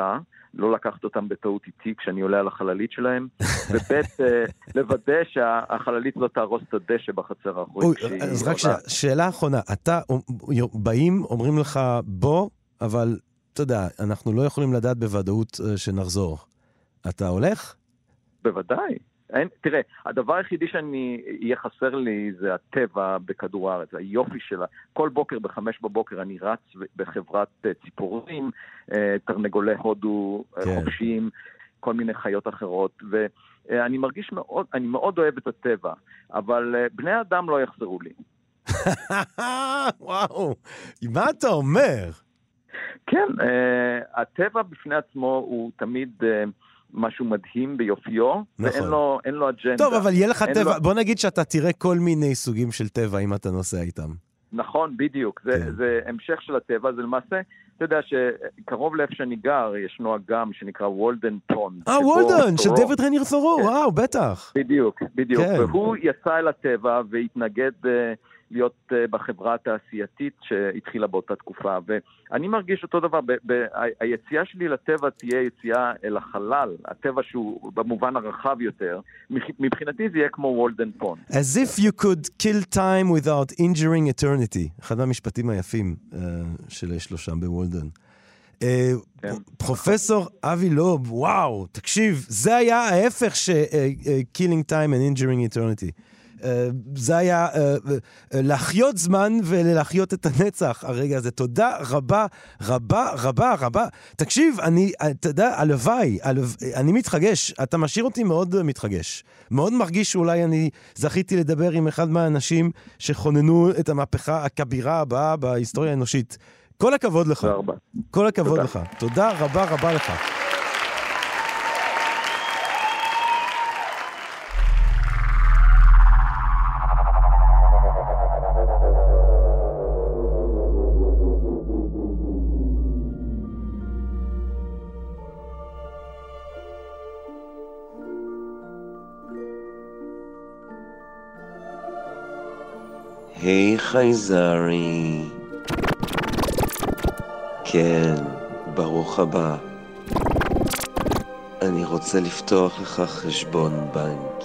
לא לקחת אותם בטעות איתי כשאני עולה על החללית שלהם, וב' לוודא שהחללית לא תהרוס את הדשא בחצר האחורית. אז רק שאלה אחרונה, אתה באים, אומרים לך בוא, אבל אתה יודע, אנחנו לא יכולים לדעת בוודאות שנחזור. אתה הולך? בוודאי. תראה, הדבר היחידי יהיה חסר לי זה הטבע בכדור הארץ, היופי שלה. כל בוקר ב5 בבוקר אני רץ בחברת ציפורים, תרנגולי הודו, חופשיים, כל מיני חיות אחרות, ואני מרגיש מאוד, אני מאוד אוהב את הטבע, אבל בני אדם לא יחזרו לי. וואו, מה אתה אומר? כן, הטבע בפני עצמו הוא תמיד משהו מדהים ביופיו, ואין לו אג'נדה. טוב, אבל יהיה לך טבע, בוא נגיד שאתה תראה כל מיני סוגים של טבע אם אתה נוסע איתם. נכון, בדיוק, זה המשך של הטבע, זה למעשה, אתה יודע שקרוב לאיפה שאני גר, ישנו אגם שנקרא וולדן פונד. וולדן, של דיוויד רניר תורו, וואו, בטח. בדיוק, והוא יצא אל הטבע והתנגד להיות בחברה התעשייתית שהתחילה באותה תקופה, ואני מרגיש אותו דבר, היציאה שלי לטבע תהיה יציאה אל החלל, הטבע שהוא במובן הרחב יותר, מבחינתי זה יהיה כמו וולדן פונד. As if you could kill time without injuring eternity, אחד מהמשפטים היפים שיש לו שם בוולדן. פרופסור אבי לוב, וואו, תקשיב, זה היה ההפך killing time and injuring eternity. זה היה להחיות זמן ולהחיות את הנצח הרגע הזה. תודה רבה, רבה, רבה, רבה. תקשיב, אתה יודע, הלוואי, אני מתחגש, אתה משאיר אותי מאוד מתחגש. מאוד מרגיש שאולי אני זכיתי לדבר עם אחד מהאנשים שכוננו את המהפכה הכבירה הבאה בהיסטוריה האנושית. כל הכבוד לך. תודה רבה. כל הכבוד לך. תודה רבה, רבה לך. היי חייזרי. כן, ברוך הבא. אני רוצה לפתוח לך חשבון בנק.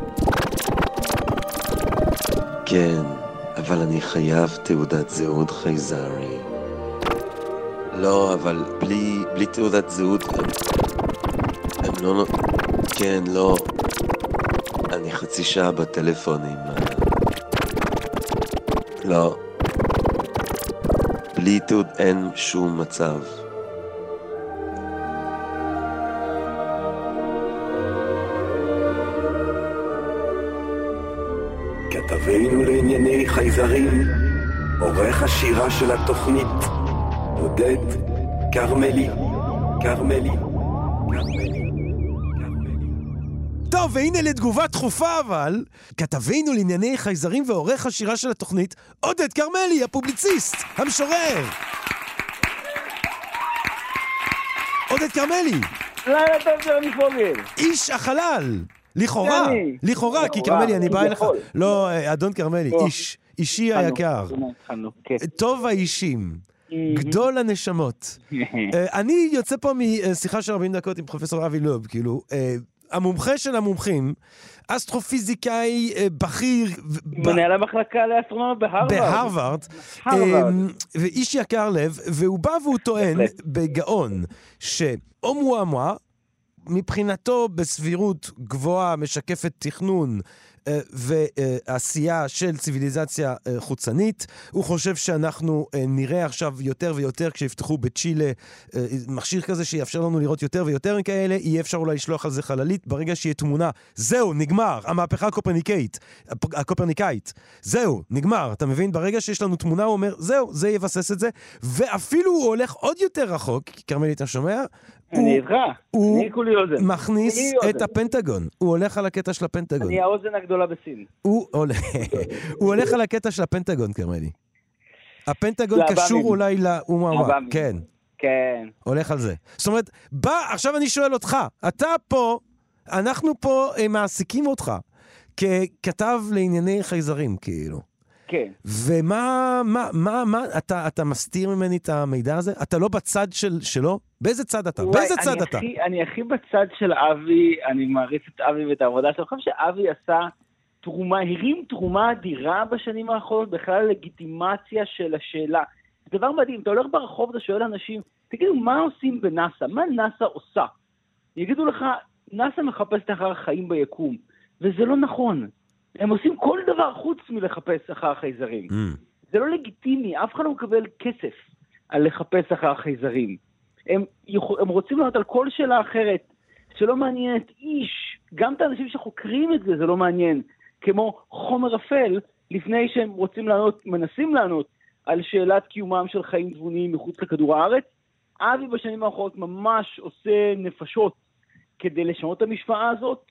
כן, אבל אני חייב תעודת זהות חייזרי. לא, אבל בלי תעודת זהות הם לא... כן, לא. אני חצי שעה בטלפונים. לא. בלי תעוד אין שום מצב. כתבנו לענייני חייזרים, עורך השירה של התוכנית, עודד קרמלי. טוב, והנה לתגובה דחופה אבל, כתבנו לענייני חייזרים ועורך השירה של התוכנית, עודד קרמלי, הפובליציסט, המשורר. עודד קרמלי. לילה טוב של המפוגל. איש החלל. לכאורה, כי קרמלי, אני בא אליך. לא, אדון קרמלי, אישי היקר. טוב האישים. גדול הנשמות. אני יוצא פה משיחה של 40 דקות עם פרופסור אבי לוב, כאילו, המומחה של המומחים, אסטרופיזיקאי בכיר, מנהל המחלקה לאסטרונומיה בהרווארד, ואיש יקר לב, והוא בא והוא טוען בגאון, שאומוואמואה, מבחינתו בסבירות גבוהה, משקפת תכנון ועשייה של ציוויליזציה חוצנית. הוא חושב שאנחנו נראה עכשיו יותר ויותר כשיפתחו בצ'ילה מכשיר כזה שיאפשר לנו לראות יותר ויותר כאלה, יהיה אפשר אולי לשלוח על זה חללית ברגע שיהיה תמונה. זהו, נגמר, המהפכה הקופרניקאית. זהו, נגמר, אתה מבין? ברגע שיש לנו תמונה הוא אומר, זהו, זה יבסס את זה, ואפילו הוא הולך עוד יותר רחוק, קרמלי, אתה שומע? הוא מכניס את הפנטגון. הוא הולך על הקטע של הפנטגון. אני האוזן הגדולה בסין. הוא הולך על הקטע של הפנטגון, קרמלי. הפנטגון קשור אולי לאוממה. כן. כן. הולך על זה. זאת אומרת, עכשיו אני שואל אותך, אתה פה, אנחנו פה מעסיקים אותך, ככתב לענייני חייזרים, כאילו. כן. ומה, אתה מסתיר ממני את המידע הזה? אתה לא בצד שלו? באיזה צד אתה? באיזה צד אתה? אני הכי בצד של אבי, אני מעריץ את אבי ואת העבודה שלו. אני חושב שאבי עשה הרים תרומה אדירה בשנים האחרונות, בכלל לגיטימציה של השאלה. זה דבר מדהים, אתה הולך ברחוב, אתה שואל אנשים, תגידו, מה עושים בנאסא? מה נאסא עושה? יגידו לך, נאסא מחפשת אחר חיים ביקום, וזה לא נכון. הם עושים כל דבר חוץ מלחפש אחר חייזרים. זה לא לגיטימי, אף אחד לא מקבל כסף על לחפש אחר חייזרים. הם רוצים לענות על כל שאלה אחרת, שלא מעניינת איש, גם את האנשים שחוקרים את זה, זה לא מעניין, כמו חומר אפל, לפני שהם מנסים לענות על שאלת קיומם של חיים תבוניים מחוץ לכדור הארץ. אבי בשנים האחרונות ממש עושה נפשות כדי לשנות את המשוואה הזאת,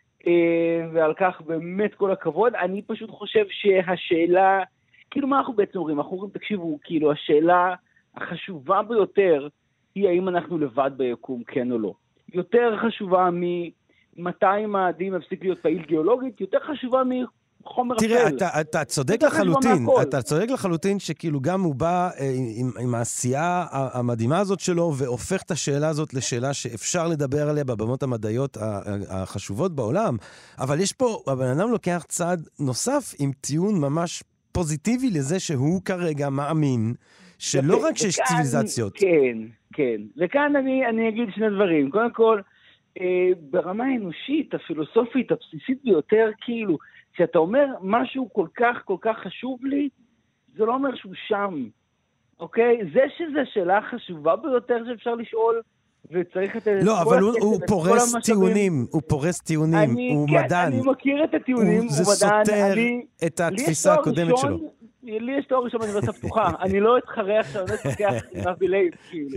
ועל כך באמת כל הכבוד. אני פשוט חושב שהשאלה, כאילו מה אנחנו בעצם אומרים? אנחנו אומרים, תקשיבו, כאילו השאלה החשובה ביותר היא האם אנחנו לבד ביקום, כן או לא. יותר חשובה ממתי מאדים הפסיק להיות פעיל גיאולוגית, יותר חשובה מחומר אפל. תראה, אתה צודק לחלוטין, אתה צודק לחלוטין שכאילו גם הוא בא עם העשייה המדהימה הזאת שלו, והופך את השאלה הזאת לשאלה שאפשר לדבר עליה בבמות המדעיות החשובות בעולם, אבל יש פה, הבן אדם לוקח צעד נוסף עם טיעון ממש פוזיטיבי לזה שהוא כרגע מאמין, שלא רק שיש ציוויליזציות. כן, כן. וכאן אני אגיד שני דברים. קודם כל, ברמה האנושית, הפילוסופית, הבסיסית ביותר, כאילו, כשאתה אומר משהו כל כך חשוב לי, זה לא אומר שהוא שם, אוקיי? זה שזו השאלה החשובה ביותר שאפשר לשאול, וצריך את... לא, אבל הוא פורס טיעונים, הוא מדען. אני מכיר את הטיעונים, זה סותר את התפיסה הקודמת שלו. לי יש תואר ראשון באוניברסיטה פתוחה, אני לא אתחרה עכשיו, אני לא אתפקח עם אבי לייב, כאילו.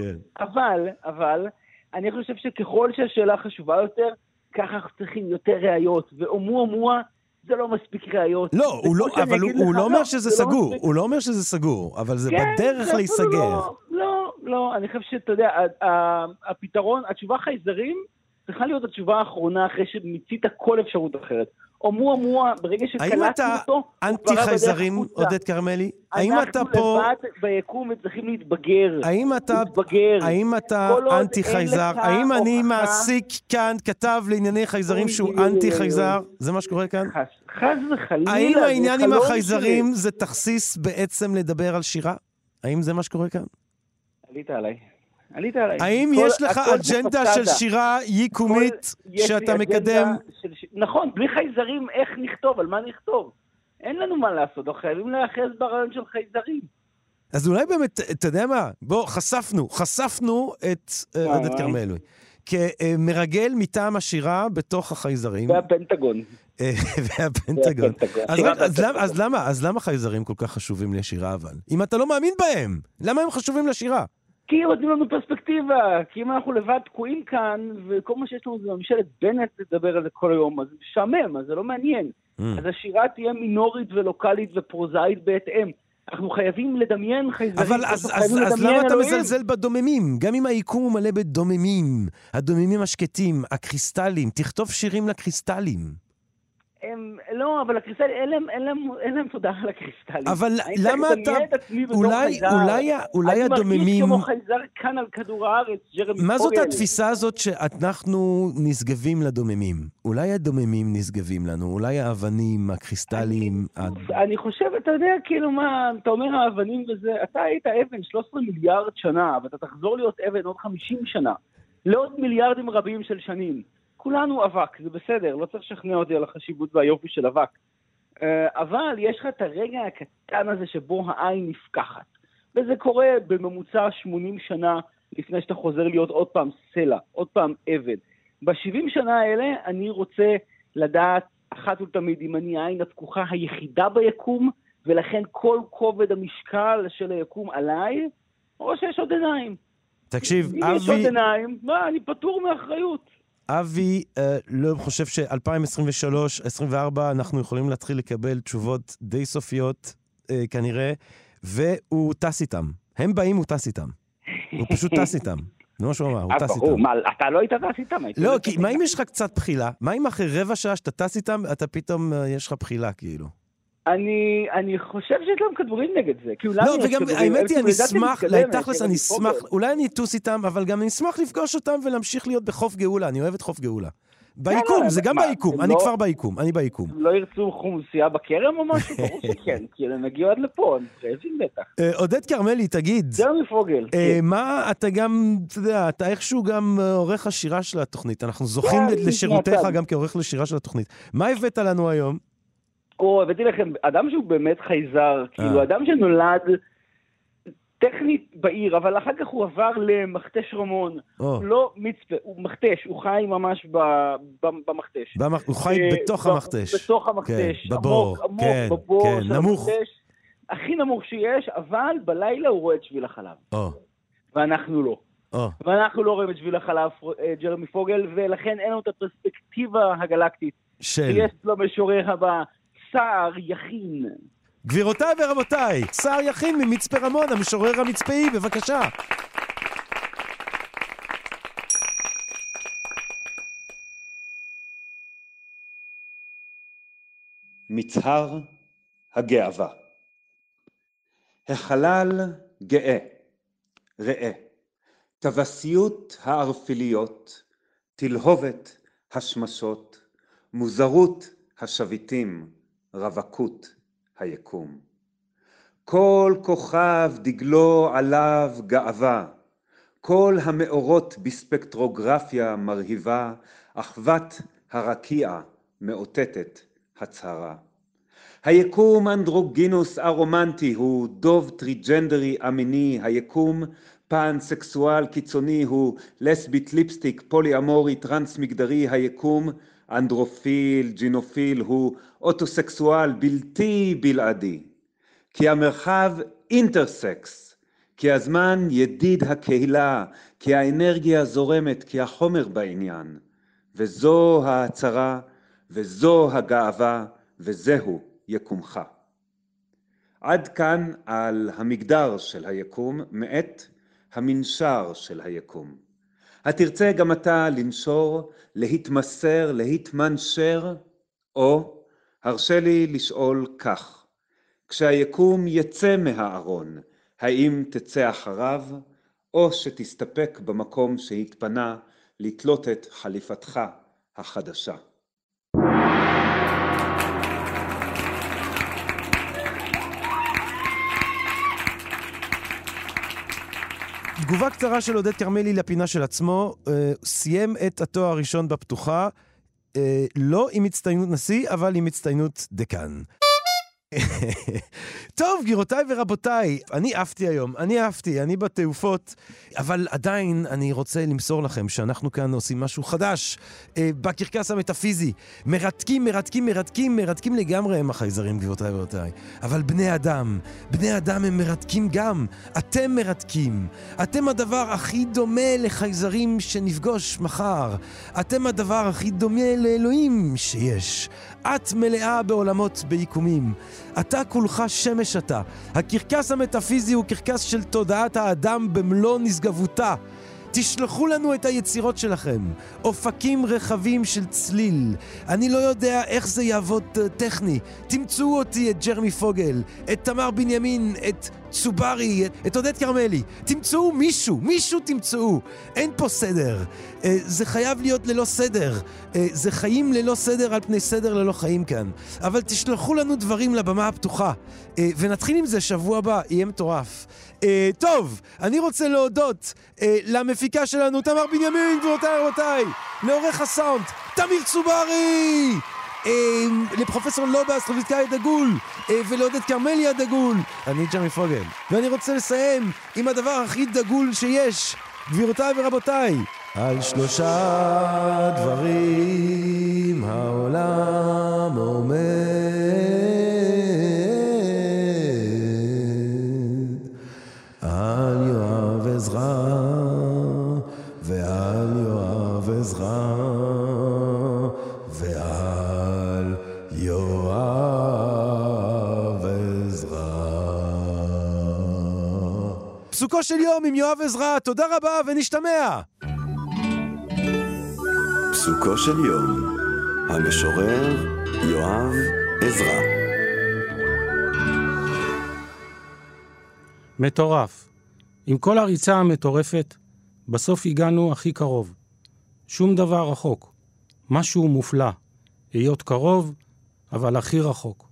אבל, אני חושב שככל שהשאלה חשובה יותר, ככה אנחנו צריכים יותר ראיות, ואומוע, זה לא מספיק ראיות. לא, אבל הוא לא אומר שזה סגור, הוא לא אומר שזה סגור, אבל זה בדרך להיסגר. לא, אני חושב שאתה יודע, הפתרון, התשובה חייזרים, צריכה להיות התשובה האחרונה אחרי שמיצית כל אפשרות אחרת. אומוע, ברגע שקלטנו אותו, האם אתה אנטי חייזרים, עודד קרמלי? האם אתה פה... אנחנו לבד ביקום וצריכים להתבגר. האם אתה אנטי חייזר? האם אני מעסיק כאן כתב לענייני חייזרים שהוא אנטי חייזר? זה מה שקורה כאן? חס וחלילה. האם העניין עם החייזרים זה תכסיס בעצם לדבר על שירה? האם זה מה שקורה כאן? עלית עליי. האם יש לך אג'נדה של שירה ייקומית שאתה מקדם? נכון, בלי חייזרים איך נכתוב, על מה נכתוב? אין לנו מה לעשות, אנחנו חייבים להיאחז ברעיון של חייזרים. אז אולי באמת, אתה יודע מה? בוא, חשפנו את עודד כרמלי כמרגל מטעם השירה בתוך החייזרים. והפנטגון. אז למה חייזרים כל כך חשובים לשירה אבל? אם אתה לא מאמין בהם, למה הם חשובים לשירה? כי הם נותנים לנו פרספקטיבה, כי אם אנחנו לבד תקועים כאן, וכל מה שיש לנו זה ממשלת בנט לדבר על זה כל היום, אז זה משעמם, אז זה לא מעניין. אז השירה תהיה מינורית ולוקלית ופרוזאית בהתאם. אנחנו חייבים לדמיין חייזרים. אבל אז למה אתה מזלזל בדוממים? גם אם היקום הוא מלא בדוממים, הדוממים השקטים, הקריסטלים, תכתוב שירים לקריסטלים. לא, אבל הקריסטלים, אין להם תודה על הקריסטלים. אבל למה אתה... אולי הדוממים... מרגיש כמו חייזר כאן על כדור הארץ, ג'רמי פוגל. מה זאת התפיסה הזאת שאנחנו נשגבים לדוממים? אולי הדוממים נשגבים לנו, אולי האבנים, הקריסטלים... אני חושב, אתה יודע, כאילו מה, אתה אומר האבנים וזה, אתה היית אבן 13 מיליארד שנה, ואתה תחזור להיות אבן עוד 50 שנה, לעוד מיליארדים רבים של שנים. כולנו אבק, זה בסדר, לא צריך לשכנע אותי על החשיבות והיופי של אבק. אבל יש לך את הרגע הקטן הזה שבו העין נפקחת. וזה קורה בממוצע 80 שנה לפני שאתה חוזר להיות עוד פעם סלע, עוד פעם אבן. ב-70 שנה האלה אני רוצה לדעת אחת ולתמיד אם אני העין הפקוחה היחידה ביקום, ולכן כל כובד המשקל של היקום עליי, או שיש עוד עיניים. תקשיב, אם יש עוד עיניים, אני פטור מאחריות. אבי לא חושב ש-2023-2024 אנחנו יכולים להתחיל לקבל תשובות די סופיות כנראה, והוא טס איתם. הם באים, הוא טס איתם. הוא פשוט טס איתם. זה מה שהוא אמר, הוא טס איתם. אתה לא היית טס איתם? לא, כי מה אם יש לך קצת בחילה? מה אם אחרי רבע שעה שאתה טס איתם, אתה פתאום יש לך בחילה כאילו? אני חושב שיש להם כדורים נגד זה. לא, וגם האמת היא, אני אשמח, תכלס אני אשמח, אולי אני אטוס איתם, אבל גם אני אשמח לפגוש אותם ולהמשיך להיות בחוף גאולה. אני אוהב את חוף גאולה. ביקום, זה גם ביקום, אני כבר ביקום, אני ביקום. לא ירצו חומסייה בכרם או משהו? ברור שכן, כי הם מגיעו עד לפה, הם חייבים בטח. עודד כרמלי, תגיד. ג'רמי פוגל. מה אתה גם, אתה יודע, אתה איכשהו גם עורך השירה של התוכנית, אנחנו זוכים לשירותיך גם כעורך לשירה של התוכנית. מה הבאת לנו היום? הבאתי לכם, אדם שהוא באמת חייזר, כאילו אדם שנולד טכנית בעיר, אבל אחר כך הוא עבר למכתש רמון. לא מצפה, הוא מכתש, הוא חי ממש במכתש. הוא חי בתוך המכתש. בתוך המכתש. בבור, כן, נמוך. הכי נמוך שיש, אבל בלילה הוא רואה את שביל החלב. ואנחנו לא. ואנחנו לא רואים את שביל החלב, ג'רמי פוגל, ולכן אין לנו את הפרספקטיבה הגלקטית. שיש לו משורר הבא, סער יכין. גבירותיי ורבותיי, סער יכין ממצפה רמון, המשורר המצפאי, בבקשה. מצהר הגאווה. החלל גאה, ראה, תבסיות הערפיליות, תלהובת השמשות, מוזרות השביטים, רווקות היקום. כל כוכב דגלו עליו גאווה, כל המאורות בספקטרוגרפיה מרהיבה, אחוות הרקיע מאותתת הצהרה. היקום אנדרוגינוס הרומנטי הוא דוב טריג'נדרי אמיני, היקום פן סקסואל קיצוני הוא לסבית ליפסטיק פולי אמורי טרנס מגדרי, היקום אנדרופיל ג'ינופיל הוא אוטוסקסואל בלתי בלעדי. כי המרחב אינטרסקס, כי הזמן ידיד הקהילה, כי האנרגיה זורמת, כי החומר בעניין. וזו ההצהרה, וזו הגאווה, וזהו יקומך. עד כאן על המגדר של היקום, מאת המנשר של היקום. התרצה גם אתה לנשור, להתמסר, להתמנשר, או הרשה לי לשאול כך, כשהיקום יצא מהארון, האם תצא אחריו, או שתסתפק במקום שהתפנה לתלות את חליפתך החדשה. תגובה קצרה של עודד כרמלי לפינה של עצמו, סיים את התואר הראשון בפתוחה, לא עם הצטיינות נשיא, אבל עם הצטיינות דקן. טוב, גבירותיי ורבותיי, אני אהבתי היום, אני בתעופות, אבל עדיין אני רוצה למסור לכם שאנחנו כאן עושים משהו חדש, בקרקס המטאפיזי. מרתקים לגמרי הם החייזרים, גבירותיי ורבותיי. אבל בני אדם הם מרתקים גם. אתם מרתקים. אתם הדבר הכי דומה לחייזרים שנפגוש מחר. אתם הדבר הכי דומה לאלוהים שיש. את מלאה בעולמות ביקומים. אתה כולך שמש אתה. הקרקס המטאפיזי הוא קרקס של תודעת האדם במלוא נשגבותה. תשלחו לנו את היצירות שלכם. אופקים רחבים של צליל. אני לא יודע איך זה יעבוד טכני. תמצאו אותי, את ג'רמי פוגל, את תמר בנימין, את צוברי, את עודד כרמלי. תמצאו מישהו תמצאו. אין פה סדר. זה חייב להיות ללא סדר. זה חיים ללא סדר על פני סדר ללא חיים כאן. אבל תשלחו לנו דברים לבמה הפתוחה. ונתחיל עם זה שבוע הבא, יהיה מטורף. טוב, אני רוצה להודות למפיקה שלנו, תמר בנימין, גבירותיי, לעורך הסאונד, תמיר צוברי, לפרופסור לובה אסטרופיזיקאי הדגול, ולעודד כרמלי הדגול. אני ג'רמי פוגל, ואני רוצה לסיים עם הדבר הכי דגול שיש, גבירותיי ורבותיי. על 3 דברים העולם עומד, על יואב עזרא ועל יואב עזרא ועל יואב עזרא. פסוקו של יום עם יואב עזרא. תודה רבה ונשתמע. פסוקו של יום, המשורר יואב עזרא. מטורף. עם כל הריצה המטורפת, בסוף הגענו הכי קרוב. שום דבר רחוק. משהו מופלא. להיות קרוב, אבל הכי רחוק.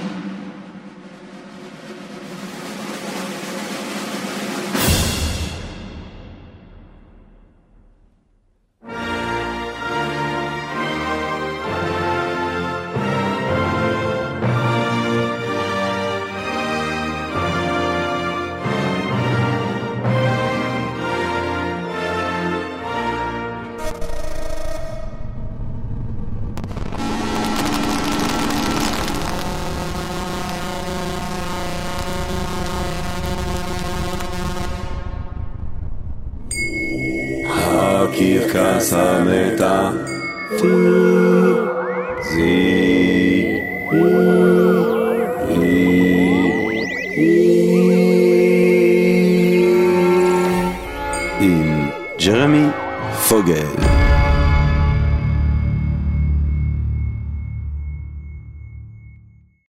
הקרקס המטאפיזי עם ג'רמי פוגל.